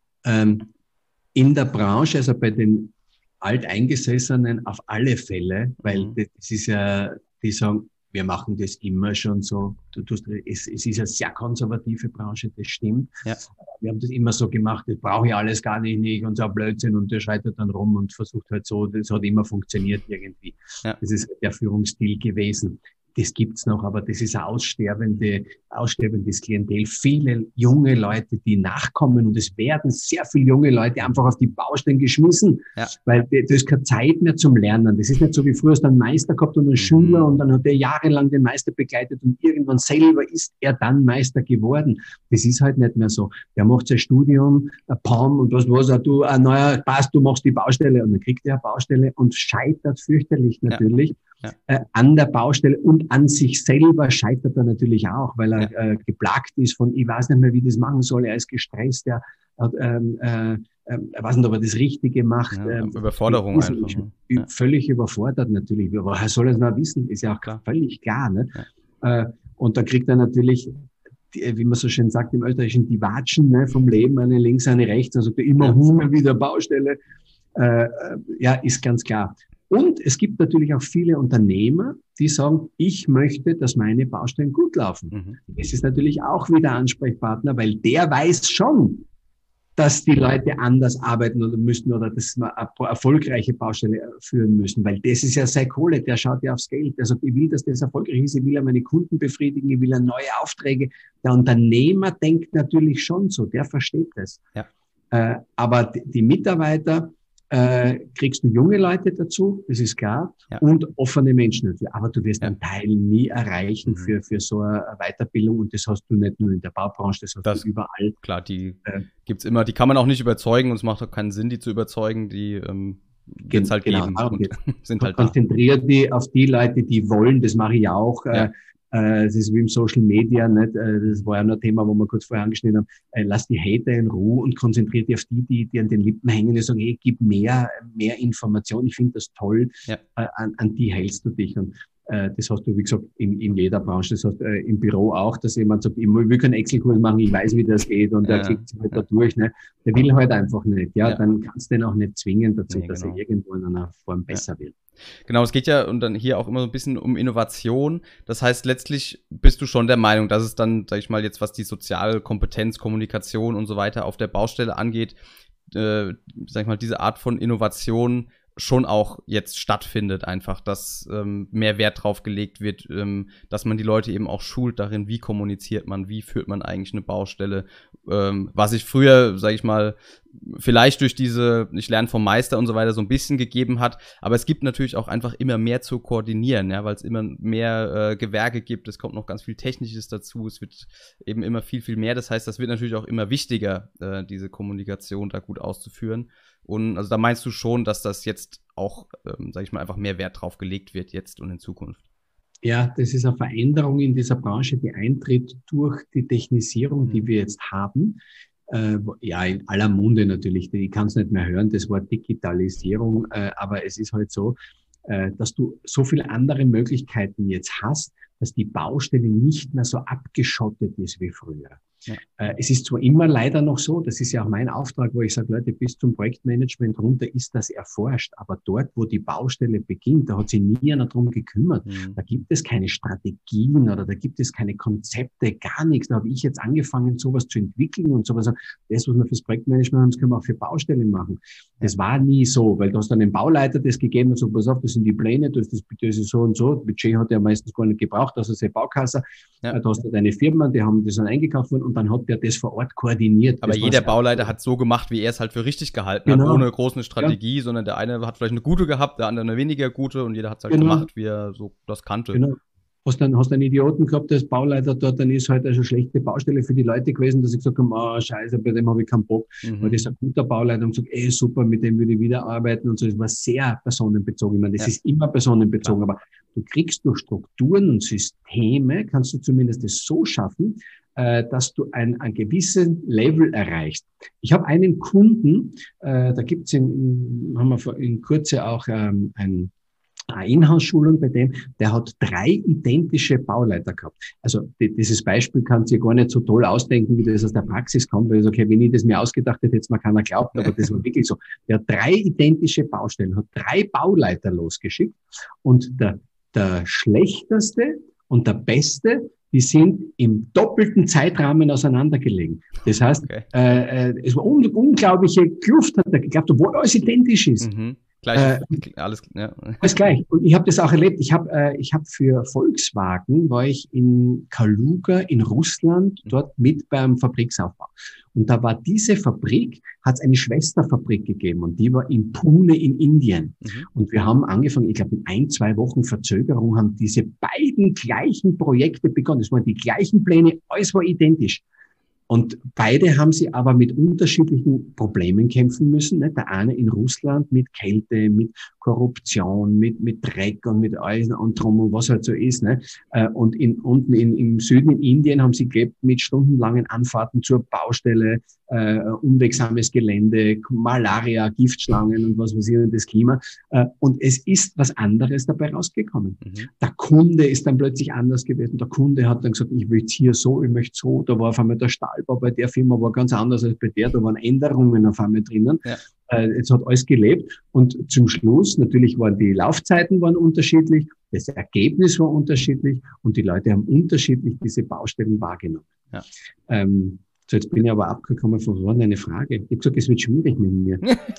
der Branche, also bei den Alteingesessenen auf alle Fälle, weil das ist ja, die sagen, wir machen das immer schon so. Es ist eine sehr konservative Branche, das stimmt. Ja. Wir haben das immer so gemacht, das brauche ich alles gar nicht und so ein Blödsinn und der schreitet dann rum und versucht halt so, das hat immer funktioniert irgendwie. Ja. Das ist der Führungsstil gewesen. Das gibt's noch, aber das ist ein aussterbendes Klientel. Viele junge Leute, die nachkommen und es werden sehr viele junge Leute einfach auf die Baustellen geschmissen, weil das ist keine Zeit mehr zum Lernen. Das ist nicht so wie früher, hast du einen Meister gehabt und einen Schüler und dann hat er jahrelang den Meister begleitet und irgendwann selber ist er dann Meister geworden. Das ist halt nicht mehr so. Der macht sein Studium, PAM und was, du, ein neuer Pass, du machst die Baustelle und dann kriegt er eine Baustelle und scheitert fürchterlich natürlich. Ja. An der Baustelle und an sich selber scheitert er natürlich auch, weil er geplagt ist von, ich weiß nicht mehr, wie ich das machen soll, er ist gestresst, er hat, er weiß nicht, ob er das Richtige macht. Überforderung einfach. Völlig überfordert natürlich, aber er soll es noch wissen, ist ja auch klar. Völlig klar. Ne? Ja. Und dann kriegt er natürlich, wie man so schön sagt im Österreichischen, die Watschen, ne, vom Leben, eine links, eine rechts, also immer wieder Baustelle, ist ganz klar. Und es gibt natürlich auch viele Unternehmer, die sagen, ich möchte, dass meine Baustellen gut laufen. Das ist natürlich auch wieder Ansprechpartner, weil der weiß schon, dass die Leute anders arbeiten oder müssen oder dass wir eine erfolgreiche Baustelle führen müssen, weil das ist ja seine Kohle, der schaut ja aufs Geld, der sagt, ich will, dass das erfolgreich ist, ich will ja meine Kunden befriedigen, ich will ja neue Aufträge. Der Unternehmer denkt natürlich schon so, der versteht das. Ja. Aber die Mitarbeiter, kriegst du junge Leute dazu, das ist klar, und offene Menschen dafür. Aber du wirst einen Teil nie erreichen für so eine Weiterbildung und das hast du nicht nur in der Baubranche, das hast du überall. Klar, die gibt's immer, die kann man auch nicht überzeugen und es macht auch keinen Sinn, die zu überzeugen, die wird's halt geben. Und sind halt konzentriert die auf die Leute, die wollen, das mache ich auch. Das ist wie im Social Media, nicht? Das war ja noch ein Thema, wo wir kurz vorher angeschnitten haben. Lass die Hater in Ruhe und konzentriert dich auf die an den Lippen hängen und sagen, hey, gib mehr Information. Ich finde das toll. Ja. An die hältst du dich. Und das hast du, wie gesagt, in jeder Branche. Das heißt, im Büro auch, dass jemand sagt, ich will keinen Excel-Kurs machen, ich weiß, wie das geht und der klickt sich halt da durch. Ne? Der will halt einfach nicht. Ja, dann kannst du den auch nicht zwingen dazu, dass er irgendwo in einer Form besser wird. Genau, es geht ja und dann hier auch immer so ein bisschen um Innovation. Das heißt, letztlich bist du schon der Meinung, dass es dann, sag ich mal, jetzt was die soziale Kompetenz, Kommunikation und so weiter auf der Baustelle angeht, sag ich mal, diese Art von Innovation schon auch jetzt stattfindet, einfach, dass mehr Wert drauf gelegt wird, dass man die Leute eben auch schult darin, wie kommuniziert man, wie führt man eigentlich eine Baustelle, was ich früher, sage ich mal, vielleicht durch diese ich lerne vom Meister und so weiter so ein bisschen gegeben hat, aber es gibt natürlich auch einfach immer mehr zu koordinieren, ja, weil es immer mehr Gewerke gibt, es kommt noch ganz viel Technisches dazu, es wird eben immer viel, viel mehr, das heißt, das wird natürlich auch immer wichtiger, diese Kommunikation da gut auszuführen. Und also da meinst du schon, dass das jetzt auch, sag ich mal, einfach mehr Wert drauf gelegt wird jetzt und in Zukunft? Ja, das ist eine Veränderung in dieser Branche, die eintritt durch die Technisierung, die wir jetzt haben. Ja, in aller Munde natürlich. Ich kann es nicht mehr hören, das Wort Digitalisierung. Aber es ist halt so, dass du so viele andere Möglichkeiten jetzt hast, dass die Baustelle nicht mehr so abgeschottet ist wie früher. Ja. Es ist zwar immer leider noch so, das ist ja auch mein Auftrag, wo ich sage, Leute, bis zum Projektmanagement runter ist das erforscht, aber dort, wo die Baustelle beginnt, da hat sich nie einer drum gekümmert. Da gibt es keine Strategien oder da gibt es keine Konzepte, gar nichts. Da habe ich jetzt angefangen, sowas zu entwickeln und sowas. Das, was wir fürs Projektmanagement haben, das können wir auch für Baustellen machen. Das war nie so, weil du hast dann den Bauleiter das gegeben und so, pass auf, das sind die Pläne, das ist so und so. Budget hat er meistens gar nicht gebraucht, das ist eine Baukasse. Da hast du deine Firma, die haben das dann eingekauft worden und dann hat der das vor Ort koordiniert. Aber jeder Bauleiter hat so gemacht, wie er es halt für richtig gehalten hat, ohne große Strategie, sondern der eine hat vielleicht eine gute gehabt, der andere eine weniger gute und jeder hat es halt gemacht, wie er so das kannte. Genau. Hast einen Idioten gehabt, der als Bauleiter dort, dann ist halt eine schlechte Baustelle für die Leute gewesen, dass ich gesagt habe, scheiße, bei dem habe ich keinen Bock. Weil das ist ein guter Bauleiter und gesagt, super, mit dem würde ich wieder arbeiten und so. Das war sehr personenbezogen. Ich meine, das ist immer personenbezogen, aber du kriegst durch Strukturen und Systeme, kannst du zumindest das so schaffen, dass du ein gewissen Level erreichst. Ich habe einen Kunden, da gibt's haben wir in Kürze auch eine Inhouse-Schulung bei dem, der hat 3 identische Bauleiter gehabt. Also dieses Beispiel kannst du dir gar nicht so toll ausdenken, wie das aus der Praxis kommt, weil ich sage, okay, wenn ich das mir ausgedacht hätte, hätte es mir keiner geglaubt, aber das war wirklich so. Der hat 3 identische Baustellen, hat 3 Bauleiter losgeschickt und der schlechteste und der beste, die sind im doppelten Zeitrahmen auseinandergelegen. Das heißt, es war unglaubliche Kluft, hat er geglaubt, obwohl alles identisch ist. Alles gleich. Und ich habe das auch erlebt. Ich hab für Volkswagen, war ich in Kaluga in Russland, dort mit beim Fabriksaufbau. Und da war diese Fabrik, hat es eine Schwesterfabrik gegeben und die war in Pune in Indien. Und wir haben angefangen, ich glaube in 1-2 Wochen Verzögerung, haben diese beiden gleichen Projekte begonnen. Es waren die gleichen Pläne, alles war identisch. Und beide haben sie aber mit unterschiedlichen Problemen kämpfen müssen. Ne? Der eine in Russland mit Kälte, mit Korruption, mit Dreck und mit Eisen und drum und was halt so ist. Ne? Und unten im Süden in Indien haben sie gelebt mit stundenlangen Anfahrten zur Baustelle, unwegsames Gelände, Malaria, Giftschlangen und was weiß ich, und das Klima. Und es ist was anderes dabei rausgekommen. Der Kunde ist dann plötzlich anders gewesen. Der Kunde hat dann gesagt, ich möchte hier so, ich möchte so. Da war auf einmal der Stahlbau bei der Firma war ganz anders als bei der. Da waren Änderungen auf einmal drinnen. Jetzt hat alles gelebt. Und zum Schluss, natürlich waren die Laufzeiten unterschiedlich, das Ergebnis war unterschiedlich und die Leute haben unterschiedlich diese Baustellen wahrgenommen. So, jetzt bin ich aber abgekommen von vorne eine Frage. Ich habe gesagt, es wird schwierig mit mir.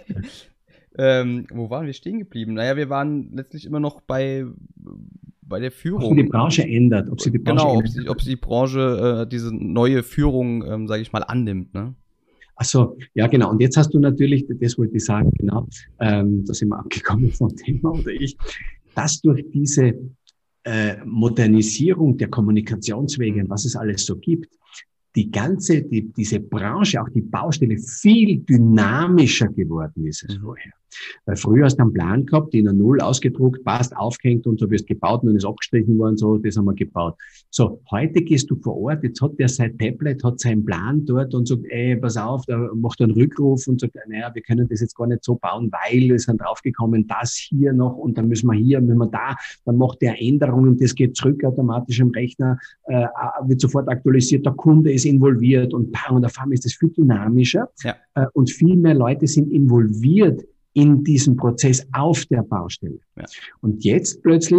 Wo waren wir stehen geblieben? Naja, wir waren letztlich immer noch bei der Führung. Ob sich die Branche ändert. Ob sie die Branche diese neue Führung, sage ich mal, annimmt. Ne? Ach so, ja genau. Und jetzt hast du natürlich, das wollte ich sagen, genau, da sind wir abgekommen vom Thema oder ich, dass durch diese Modernisierung der Kommunikationswege, was es alles so gibt, diese Branche, auch die Baustelle, viel dynamischer geworden ist als vorher. Weil früher hast du einen Plan gehabt, den 0 ausgedruckt, passt, aufgehängt und so wirst gebaut und dann ist abgestrichen worden, so, das haben wir gebaut. So, heute gehst du vor Ort, jetzt hat der sein Tablet, hat seinen Plan dort und sagt, pass auf, da macht einen Rückruf und sagt, naja, wir können das jetzt gar nicht so bauen, weil wir sind draufgekommen, das hier noch und dann müssen wir da, dann macht der Änderungen, das geht zurück automatisch im Rechner, wird sofort aktualisiert, der Kunde ist involviert und auf einmal ist das viel dynamischer und viel mehr Leute sind involviert in diesem Prozess auf der Baustelle. Und jetzt plötzlich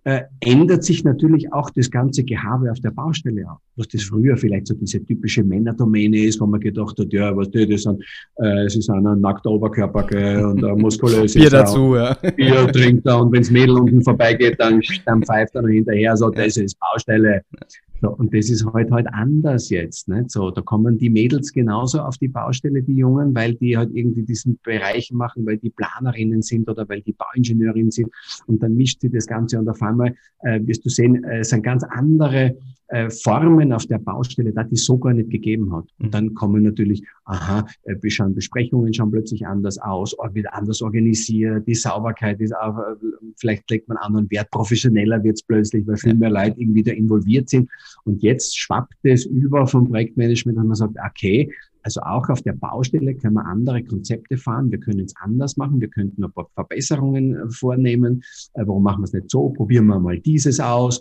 ändert sich natürlich auch das ganze Gehabe auf der Baustelle auch. Was das früher vielleicht so diese typische Männerdomäne ist, wo man gedacht hat, ja, was das sind, es ist ein nackter Oberkörper, gell, und muskulös Bier dazu, ja. Bier trinkt er, und wenns Mädel unten vorbeigeht, dann pfeift er noch hinterher, so, das ist Baustelle. So, und das ist halt anders jetzt, nicht? So, da kommen die Mädels genauso auf die Baustelle, die Jungen, weil die halt irgendwie diesen Bereich machen, weil die Planerinnen sind oder weil die Bauingenieurinnen sind, und dann mischt sich das Ganze, und auf einmal wirst du sehen, es sind ganz andere Formen auf der Baustelle, die es so gar nicht gegeben hat. Und dann kommen natürlich, Besprechungen schauen plötzlich anders aus, wird anders organisiert, die Sauberkeit ist auch, vielleicht legt man anderen Wert, professioneller wird es plötzlich, weil viel mehr Leute irgendwie da involviert sind. Und jetzt schwappt es über vom Projektmanagement, und man sagt, okay, also auch auf der Baustelle können wir andere Konzepte fahren, wir können es anders machen, wir könnten ein paar Verbesserungen vornehmen, warum machen wir es nicht so, probieren wir mal dieses aus.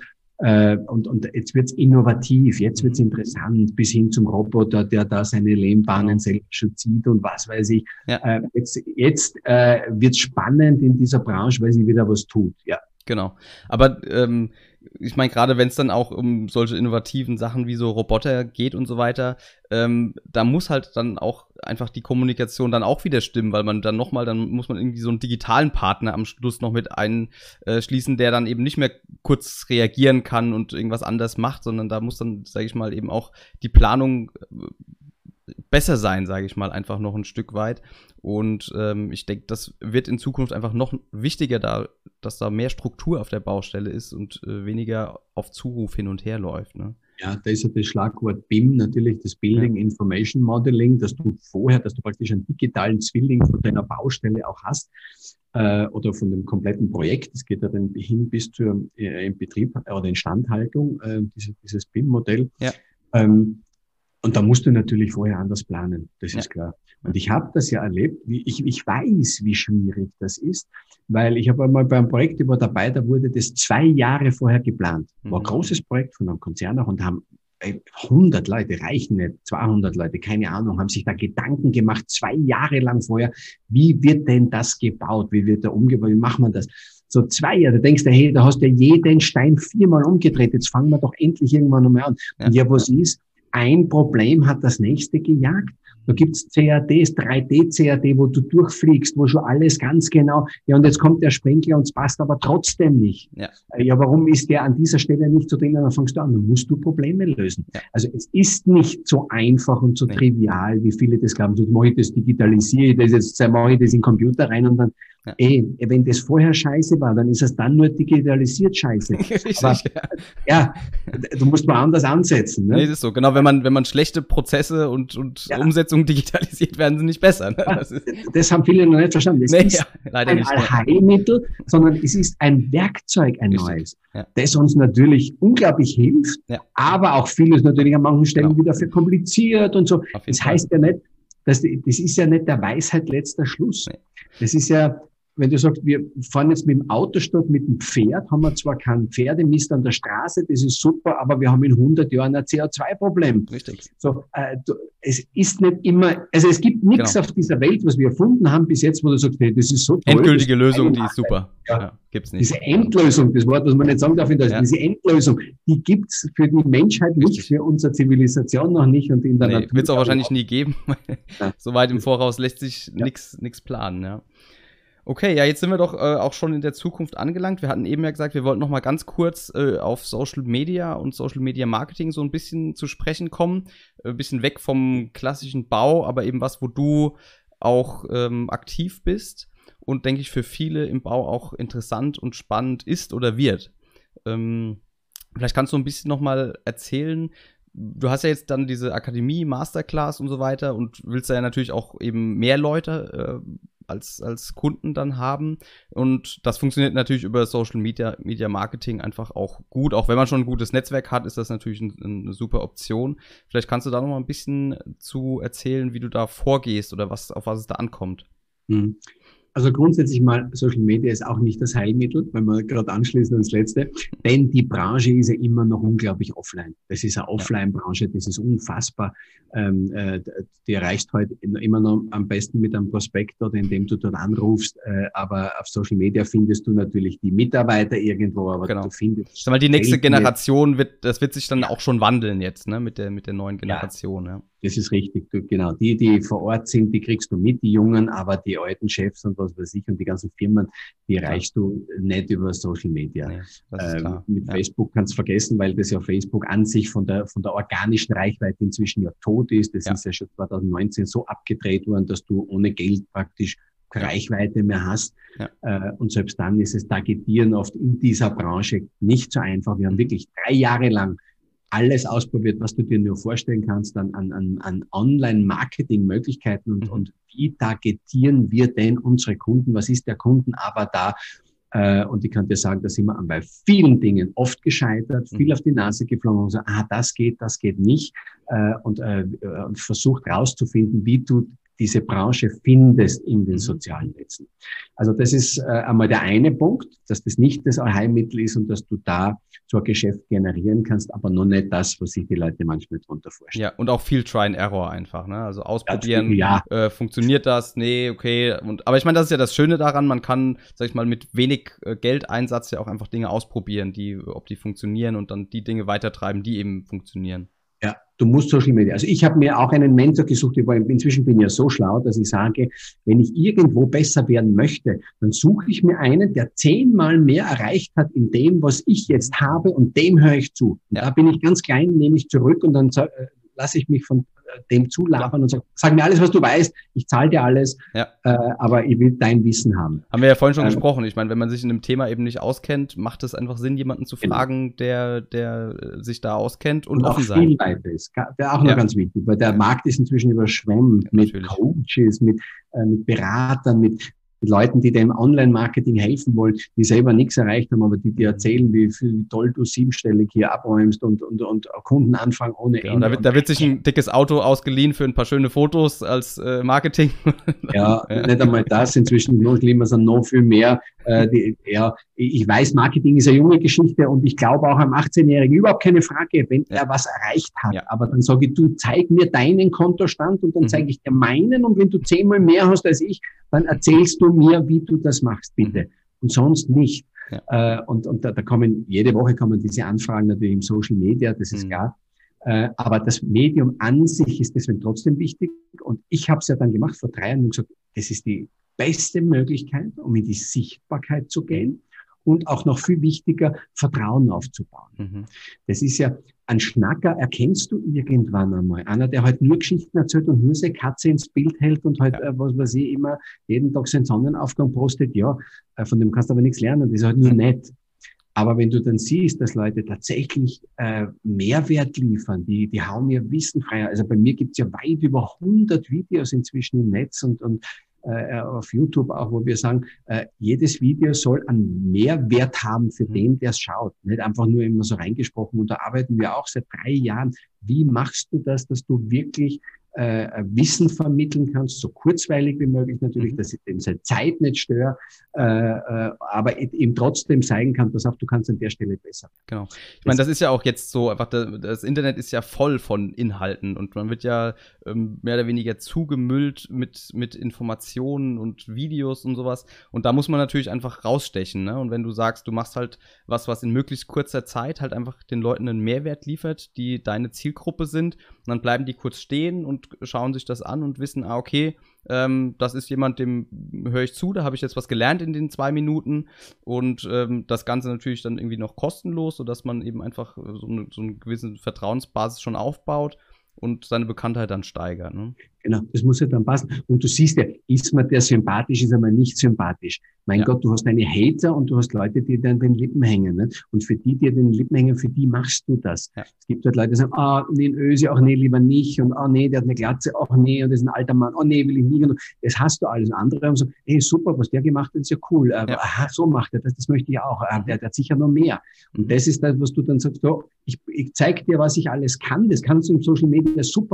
Und jetzt wird's innovativ, jetzt wird's interessant, bis hin zum Roboter, der da seine Lehmbahnen selber schon zieht und was weiß ich. Ja. Jetzt wird's spannend in dieser Branche, weil sie wieder was tut. Ja. Genau. Aber ich meine, gerade wenn es dann auch um solche innovativen Sachen wie so Roboter geht und so weiter, da muss halt dann auch einfach die Kommunikation dann auch wieder stimmen, weil man dann muss man irgendwie so einen digitalen Partner am Schluss noch mit einschließen, der dann eben nicht mehr kurz reagieren kann und irgendwas anders macht, sondern da muss dann, sage ich mal, eben auch die Planung besser sein, sage ich mal, einfach noch ein Stück weit. Und ich denke, das wird in Zukunft einfach noch wichtiger, dass da mehr Struktur auf der Baustelle ist und weniger auf Zuruf hin und her läuft. Ne? Ja, da ist ja das Schlagwort BIM, natürlich das Building Information Modeling, dass du praktisch einen digitalen Zwilling von deiner Baustelle auch hast, oder von dem kompletten Projekt. Das geht ja dann hin bis zur Inbetrieb oder Instandhaltung, dieses BIM-Modell. Ja. Und da musst du natürlich vorher anders planen, das ist klar. Und ich habe das ja erlebt, ich weiß, wie schwierig das ist, weil ich habe einmal beim Projekt dabei, da wurde das 2 Jahre vorher geplant. War ein großes Projekt von einem Konzern auch, und haben 100 Leute, reichen nicht, 200 Leute, keine Ahnung, haben sich da Gedanken gemacht, 2 Jahre lang vorher, wie wird denn das gebaut, wie wird da umgebaut, wie macht man das? So 2 Jahre, da denkst du, hey, da hast du ja jeden Stein 4-mal umgedreht, jetzt fangen wir doch endlich irgendwann nochmal an. Und ja, was ist? Ein Problem hat das nächste gejagt. Da gibt's CADs, 3D-CAD, wo du durchfliegst, wo schon alles ganz genau, ja, und jetzt kommt der Sprenkler und es passt aber trotzdem nicht. Ja, warum ist der an dieser Stelle nicht so drin? Dann fängst du an, dann musst du Probleme lösen. Ja. Also es ist nicht so einfach und so trivial, wie viele das glauben. So, mache ich das, digitalisiere ich das, jetzt mache ich das in den Computer rein, und dann, wenn das vorher scheiße war, dann ist es dann nur digitalisiert scheiße. Richtig, aber, du musst mal anders ansetzen. Ne? Nee, das ist so. Genau, wenn man schlechte Prozesse und Umsetzungen digitalisiert, werden sie nicht besser. Ne? Das haben viele noch nicht verstanden. Es ist leider kein Allheilmittel, sondern es ist ein Werkzeug, ein neues, das uns natürlich unglaublich hilft, aber auch vieles natürlich an manchen Stellen wieder verkompliziert und so. Das heißt ja nicht, das ist ja nicht der Weisheit letzter Schluss. Nee. Das ist ja, wenn du sagst, wir fahren jetzt mit dem Auto statt mit dem Pferd, haben wir zwar keinen Pferdemist an der Straße, das ist super, aber wir haben in 100 Jahren ein CO2-Problem. Richtig. So, es ist nicht immer, also es gibt nichts auf dieser Welt, was wir erfunden haben bis jetzt, wo du sagst, hey, das ist so toll. Endgültige Lösung, die ist super. Ja, gibt's nicht. Diese Endlösung, das Wort, was man nicht sagen darf in Deutschland, diese Endlösung, die gibt's für die Menschheit nicht, für unsere Zivilisation noch nicht, und in der Natur. Wird es auch wahrscheinlich nie geben. So weit im Voraus lässt sich nichts planen, ja. Okay, ja, jetzt sind wir doch auch schon in der Zukunft angelangt. Wir hatten eben ja gesagt, wir wollten noch mal ganz kurz auf Social Media und Social Media Marketing so ein bisschen zu sprechen kommen. Ein bisschen weg vom klassischen Bau, aber eben was, wo du auch aktiv bist und, denke ich, für viele im Bau auch interessant und spannend ist oder wird. Vielleicht kannst du ein bisschen noch mal erzählen. Du hast ja jetzt dann diese Akademie, Masterclass und so weiter und willst ja natürlich auch eben mehr Leute als Kunden dann haben, und das funktioniert natürlich über Social Media Marketing einfach auch gut. Auch wenn man schon ein gutes Netzwerk hat, ist das natürlich eine super Option. Vielleicht kannst du da noch mal ein bisschen zu erzählen, wie du da vorgehst oder auf was es da ankommt. Also grundsätzlich mal, Social Media ist auch nicht das Heilmittel, wenn wir gerade anschließen ans Letzte, denn die Branche ist ja immer noch unglaublich offline. Das ist eine Offline-Branche, das ist unfassbar. Die erreichst heute immer noch am besten mit einem Prospekt oder indem du dort anrufst, aber auf Social Media findest du natürlich die Mitarbeiter irgendwo, aber genau. Du findest... Sag mal, die nächste Generation das wird sich dann auch schon wandeln jetzt, ne, mit der neuen Generation, ja. Das ist richtig. Genau. Die vor Ort sind, die kriegst du mit, die Jungen, aber die alten Chefs und was weiß ich und die ganzen Firmen, die erreichst du nicht über Social Media. Nee, das ist klar. Mit Facebook kannst du vergessen, weil das ja Facebook an sich von der organischen Reichweite inzwischen ja tot ist. Das ist ja schon 2019 so abgedreht worden, dass du ohne Geld praktisch Reichweite mehr hast. Und selbst dann ist es Targetieren oft in dieser Branche nicht so einfach. Wir haben wirklich 3 Jahre lang alles ausprobiert, was du dir nur vorstellen kannst an Online-Marketing-Möglichkeiten und wie targetieren wir denn unsere Kunden? Was ist der Kundenavatar? Und ich kann dir sagen, da sind wir bei vielen Dingen oft gescheitert, viel auf die Nase geflogen und so, das geht nicht. Und versucht rauszufinden, wie du diese Branche findest in den sozialen Netzen. Also das ist einmal der eine Punkt, dass das nicht das Allheilmittel ist und dass du da so ein Geschäft generieren kannst, aber noch nicht das, was sich die Leute manchmal darunter vorstellen. Ja, und auch viel Try and Error einfach, ne? Also ausprobieren, funktioniert das? Nee, okay. Aber ich meine, das ist ja das Schöne daran, man kann, sag ich mal, mit wenig Geldeinsatz ja auch einfach Dinge ausprobieren, ob die funktionieren und dann die Dinge weitertreiben, die eben funktionieren. Ja, du musst Social Media. Also ich habe mir auch einen Mentor gesucht. Inzwischen bin ich ja so schlau, dass ich sage, wenn ich irgendwo besser werden möchte, dann suche ich mir einen, der 10-mal mehr erreicht hat in dem, was ich jetzt habe, und dem höre ich zu. Da bin ich ganz klein, nehme ich zurück und dann lasse ich mich von dem zulabern und sag mir alles, was du weißt, ich zahle dir alles, aber ich will dein Wissen haben. Haben wir ja vorhin schon gesprochen. Ich meine, wenn man sich in einem Thema eben nicht auskennt, macht es einfach Sinn, jemanden zu fragen, der sich da auskennt und offen sein. Viel weiter ist. Der auch noch ganz wichtig, weil der Markt ist inzwischen überschwemmt mit Coaches, mit Beratern, mit Leuten, die dem Online-Marketing helfen wollen, die selber nichts erreicht haben, aber die dir erzählen, wie toll du 7-stellig hier abräumst und Kunden anfangen ohne Ende. Da wird sich ein dickes Auto ausgeliehen für ein paar schöne Fotos als Marketing. Ja, nicht einmal das. Inzwischen noch schlimmer, sind noch viel mehr. Ich weiß, Marketing ist eine junge Geschichte und ich glaube auch am 18-Jährigen überhaupt keine Frage, wenn er was erreicht hat. Ja. Aber dann sage ich, du zeig mir deinen Kontostand und dann zeige ich dir meinen, und wenn du 10-mal mehr hast als ich, dann erzählst du mir, wie du das machst, bitte. Und sonst nicht. Ja. Und da jede Woche kommen diese Anfragen natürlich im Social Media, das ist klar. Aber das Medium an sich ist deswegen trotzdem wichtig. Und ich habe es ja dann gemacht vor 3 Jahren und gesagt, das ist die beste Möglichkeit, um in die Sichtbarkeit zu gehen und auch noch viel wichtiger, Vertrauen aufzubauen. Das ist ja, ein Schnacker erkennst du irgendwann einmal. Einer, der halt nur Geschichten erzählt und nur seine Katze ins Bild hält und halt, was weiß ich, immer jeden Tag seinen Sonnenaufgang postet, von dem kannst du aber nichts lernen, das ist halt nur nett. Aber wenn du dann siehst, dass Leute tatsächlich Mehrwert liefern, die hauen ihr Wissen frei. Also bei mir gibt's ja weit über 100 Videos inzwischen im Netz und auf YouTube auch, wo wir sagen, jedes Video soll einen Mehrwert haben für den, der es schaut. Nicht einfach nur immer so reingesprochen. Und da arbeiten wir auch seit 3 Jahren. Wie machst du das, dass du wirklich Wissen vermitteln kannst, so kurzweilig wie möglich natürlich, dass ich dem seine Zeit nicht störe, aber ihm trotzdem zeigen kann, pass auf, du kannst an der Stelle besser. Genau. Ich meine, das ist ja auch jetzt so, einfach das Internet ist ja voll von Inhalten und man wird ja mehr oder weniger zugemüllt mit Informationen und Videos und sowas, und da muss man natürlich einfach rausstechen, ne? Und wenn du sagst, du machst halt was in möglichst kurzer Zeit halt einfach den Leuten einen Mehrwert liefert, die deine Zielgruppe sind, und dann bleiben die kurz stehen und schauen sich das an und wissen, okay, das ist jemand, dem höre ich zu, da habe ich jetzt was gelernt in den 2 Minuten, und das Ganze natürlich dann irgendwie noch kostenlos, sodass man eben einfach so eine gewisse Vertrauensbasis schon aufbaut und seine Bekanntheit dann steigert, ne? Genau, das muss ja dann passen. Und du siehst ja, ist man der sympathisch, ist er mal nicht sympathisch. Mein Gott, du hast deine Hater und du hast Leute, die dir an den Lippen hängen. Ne? Und für die an den Lippen hängen, für die machst du das. Ja. Es gibt halt Leute, die sagen, nee, ein Ösi, ach nee, lieber nicht. Und nee, der hat eine Glatze, ach nee, und das ist ein alter Mann, nee, will ich nicht. Und das hast du alles. Andere haben so, hey, super, was der gemacht hat, ist ja cool. Aha, so macht er das, das möchte ich auch. Der hat sicher noch mehr. Und das ist das, was du dann sagst, ich zeig dir, was ich alles kann. Das kannst du im Social Media super machen.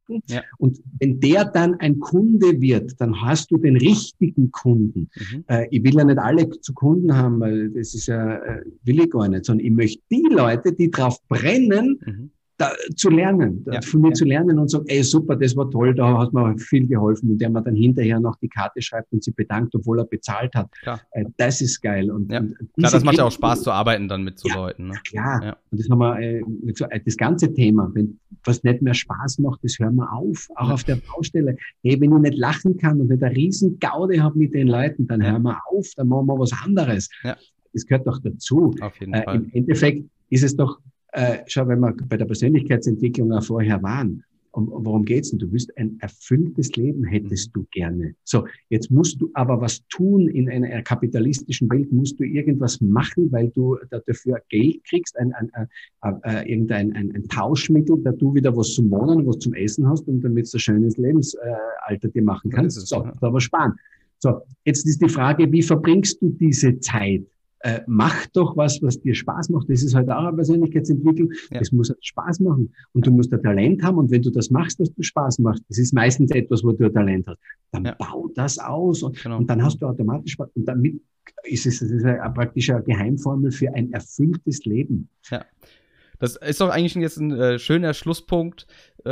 schicken. Ja. Und wenn der dann ein Kunde wird, dann hast du den richtigen Kunden. Ich will ja nicht alle zu Kunden haben, weil das ist ja, will ich gar nicht, sondern ich möchte die Leute, die drauf brennen, zu lernen, von mir zu lernen und sagen, ey, super, das war toll, da hat mir viel geholfen, und der mir dann hinterher noch die Karte schreibt und sie bedankt, obwohl er bezahlt hat. Klar. Das ist geil. Und, ja. und klar, das macht ja auch Spaß zu arbeiten dann mit so Leuten. Ne? Klar. Ja. Und das haben wir, das ganze Thema, wenn was nicht mehr Spaß macht, das hören wir auf, auch auf der Baustelle. Hey, wenn ich nicht lachen kann und nicht eine riesen Gaude habe mit den Leuten, dann hören wir auf, dann machen wir was anderes. Ja. Das gehört doch dazu. Auf jeden Fall. Im Endeffekt ist es doch, schau, wenn wir bei der Persönlichkeitsentwicklung auch vorher waren, worum geht's denn? Du willst ein erfülltes Leben, hättest du gerne. So, jetzt musst du aber was tun in einer kapitalistischen Welt, musst du irgendwas machen, weil du dafür Geld kriegst, irgendein Tauschmittel, da du wieder was zum Wohnen, was zum Essen hast und damit du ein schönes Lebensalter dir machen kannst. So, da was sparen. So, jetzt ist die Frage, wie verbringst du diese Zeit? Mach doch was dir Spaß macht. Das ist halt auch eine Persönlichkeitsentwicklung. Es muss halt Spaß machen. Und du musst ein Talent haben. Und wenn du das machst, was dir Spaß macht, das ist meistens etwas, wo du ein Talent hast, dann bau das aus. Und dann hast du automatisch Spaß. Und damit ist es praktisch eine Geheimformel für ein erfülltes Leben. Ja. Das ist doch eigentlich jetzt ein schöner Schlusspunkt,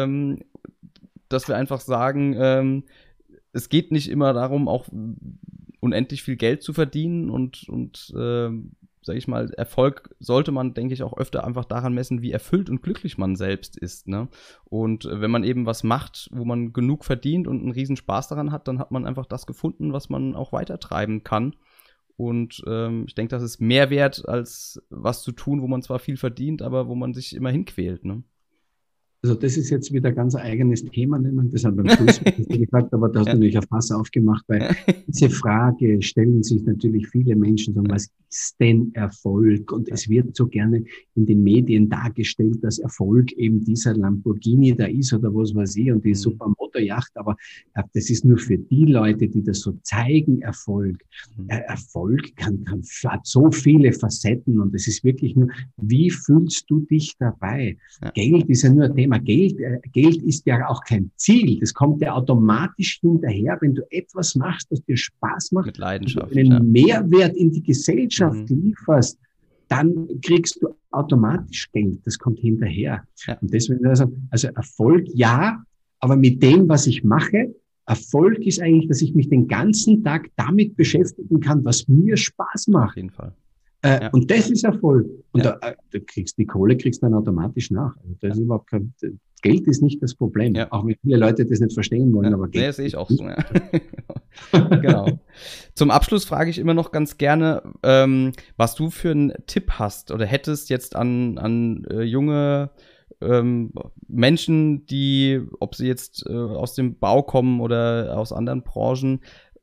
dass wir einfach sagen, es geht nicht immer darum, auch unendlich viel Geld zu verdienen und sage ich mal, Erfolg sollte man, denke ich, auch öfter einfach daran messen, wie erfüllt und glücklich man selbst ist, ne? Und wenn man eben was macht, wo man genug verdient und einen riesen Spaß daran hat, dann hat man einfach das gefunden, was man auch weitertreiben kann. Und ich denke, das ist mehr wert, als was zu tun, wo man zwar viel verdient, aber wo man sich immer hinquält, ne? Also das ist jetzt wieder ganz ein eigenes Thema, das haben wir beim Schluss gesagt, aber da hast du natürlich ein Fass aufgemacht, weil diese Frage stellen sich natürlich viele Menschen, sagen, was ist denn Erfolg? Und es wird so gerne in den Medien dargestellt, dass Erfolg eben dieser Lamborghini da ist oder was weiß ich und die super Motorjacht, aber das ist nur für die Leute, die das so zeigen, Erfolg. Erfolg hat so viele Facetten und es ist wirklich nur, wie fühlst du dich dabei? Geld ist ja nur ein Thema. Geld ist ja auch kein Ziel. Das kommt ja automatisch hinterher, wenn du etwas machst, das dir Spaß macht, mit Leidenschaft, einen Mehrwert in die Gesellschaft lieferst, dann kriegst du automatisch Geld. Das kommt hinterher. Ja. Und deswegen also Erfolg ja, aber mit dem, was ich mache, Erfolg ist eigentlich, dass ich mich den ganzen Tag damit beschäftigen kann, was mir Spaß macht. Auf jeden Fall. Und das ist Erfolg. Und du kriegst die Kohle dann automatisch nach. Also das ist überhaupt kein, Geld ist nicht das Problem. Auch wenn viele Leute das nicht verstehen wollen, aber Geld. Das sehe ich auch so. Genau. Zum Abschluss frage ich immer noch ganz gerne, was du für einen Tipp hast oder hättest jetzt an junge Menschen, die, ob sie jetzt aus dem Bau kommen oder aus anderen Branchen,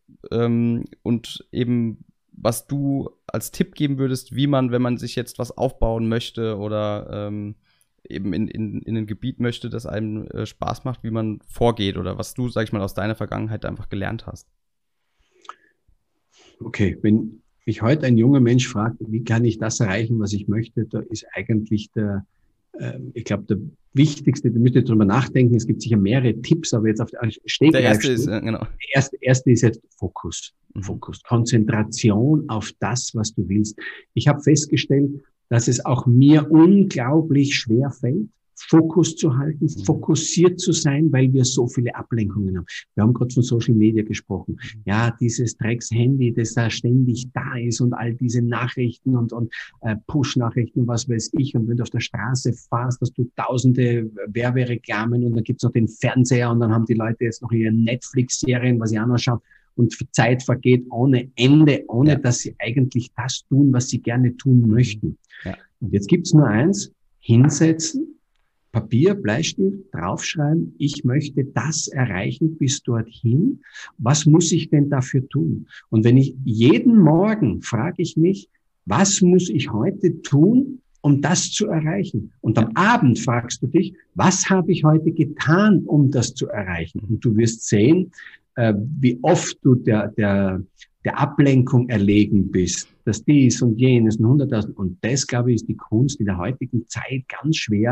und eben was du als Tipp geben würdest, wie man, wenn man sich jetzt was aufbauen möchte oder eben in ein Gebiet möchte, das einem Spaß macht, wie man vorgeht oder was du, sag ich mal, aus deiner Vergangenheit einfach gelernt hast. Okay, wenn mich heute ein junger Mensch fragt, wie kann ich das erreichen, was ich möchte, da ist eigentlich ich glaube, der wichtigste, du müsstest drüber nachdenken, es gibt sicher mehrere Tipps, aber jetzt auf der Stegreif. Der erste ist, genau. Der erste ist jetzt Fokus. Fokus, Konzentration auf das, was du willst. Ich habe festgestellt, dass es auch mir unglaublich schwer fällt, Fokus zu halten, fokussiert zu sein, weil wir so viele Ablenkungen haben. Wir haben gerade von Social Media gesprochen. Ja, dieses Drecks-Handy, das da ständig da ist und all diese Nachrichten und Push-Nachrichten, was weiß ich. Und wenn du auf der Straße fährst, hast du tausende Werbereklamen und dann gibt's noch den Fernseher und dann haben die Leute jetzt noch ihre Netflix-Serien, was ich auch noch schaue. Und Zeit vergeht ohne Ende, dass sie eigentlich das tun, was sie gerne tun möchten. Ja. Und jetzt gibt's nur eins, hinsetzen, Papier, Bleistift, draufschreiben, ich möchte das erreichen bis dorthin. Was muss ich denn dafür tun? Und wenn ich jeden Morgen frage ich mich, was muss ich heute tun, um das zu erreichen? Und am Abend fragst du dich, was habe ich heute getan, um das zu erreichen? Und du wirst sehen, wie oft du der Ablenkung erlegen bist, dass dies und jenes und 100.000. Und das, glaube ich, ist die Kunst in der heutigen Zeit ganz schwer,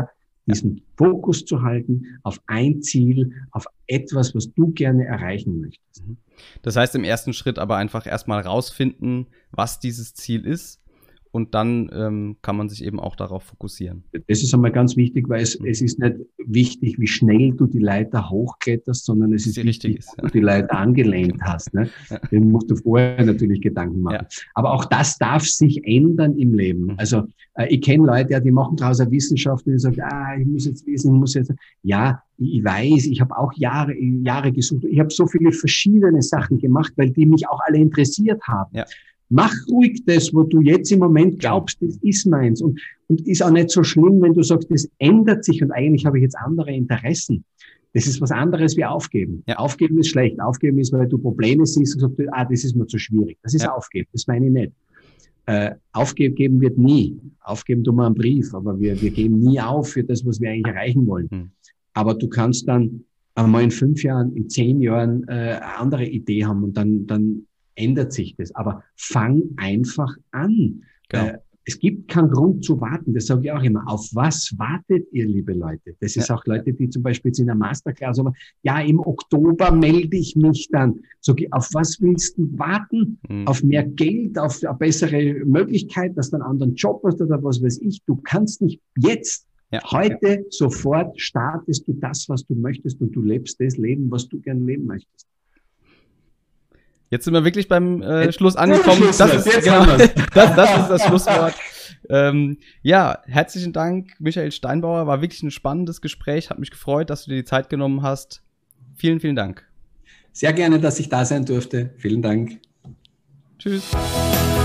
diesen Fokus zu halten auf ein Ziel, auf etwas, was du gerne erreichen möchtest. Das heißt, im ersten Schritt aber einfach erstmal rausfinden, was dieses Ziel ist. Und dann kann man sich eben auch darauf fokussieren. Das ist einmal ganz wichtig, weil es ist nicht wichtig, wie schnell du die Leiter hochkletterst, sondern es ist wichtig, dass du die Leiter angelehnt hast. Ne? Ja. Den musst du vorher natürlich Gedanken machen. Ja. Aber auch das darf sich ändern im Leben. Also ich kenne Leute, die machen daraus eine Wissenschaft und die sagen, ich muss jetzt wissen, ich muss jetzt... Ja, ich weiß, ich habe auch Jahre gesucht. Ich habe so viele verschiedene Sachen gemacht, weil die mich auch alle interessiert haben. Ja. Mach ruhig das, wo du jetzt im Moment glaubst, das ist meins. Und ist auch nicht so schlimm, wenn du sagst, das ändert sich und eigentlich habe ich jetzt andere Interessen. Das ist was anderes wie aufgeben. Ja. Aufgeben ist schlecht. Aufgeben ist, weil du Probleme siehst und sagst, das ist mir zu schwierig. Das ist Aufgeben. Das meine ich nicht. Aufgeben wird nie. Aufgeben tun wir einen Brief, aber wir geben nie auf für das, was wir eigentlich erreichen wollen. Aber du kannst dann einmal in 5 Jahren, in 10 Jahren eine andere Idee haben und dann ändert sich das. Aber fang einfach an. Genau. Es gibt keinen Grund zu warten. Das sage ich auch immer. Auf was wartet ihr, liebe Leute? Das ist auch Leute, die zum Beispiel jetzt in der Masterclass sagen, ja, im Oktober melde ich mich dann. Sag ich, auf was willst du warten? Auf mehr Geld, auf eine bessere Möglichkeit, dass du einen anderen Job hast oder was weiß ich. Du kannst nicht jetzt, heute, sofort startest du das, was du möchtest und du lebst das Leben, was du gern leben möchtest. Jetzt sind wir wirklich beim Schluss angekommen. Das ist das Schlusswort. Herzlichen Dank, Michael Steinbauer. War wirklich ein spannendes Gespräch. Hat mich gefreut, dass du dir die Zeit genommen hast. Vielen, vielen Dank. Sehr gerne, dass ich da sein durfte. Vielen Dank. Tschüss.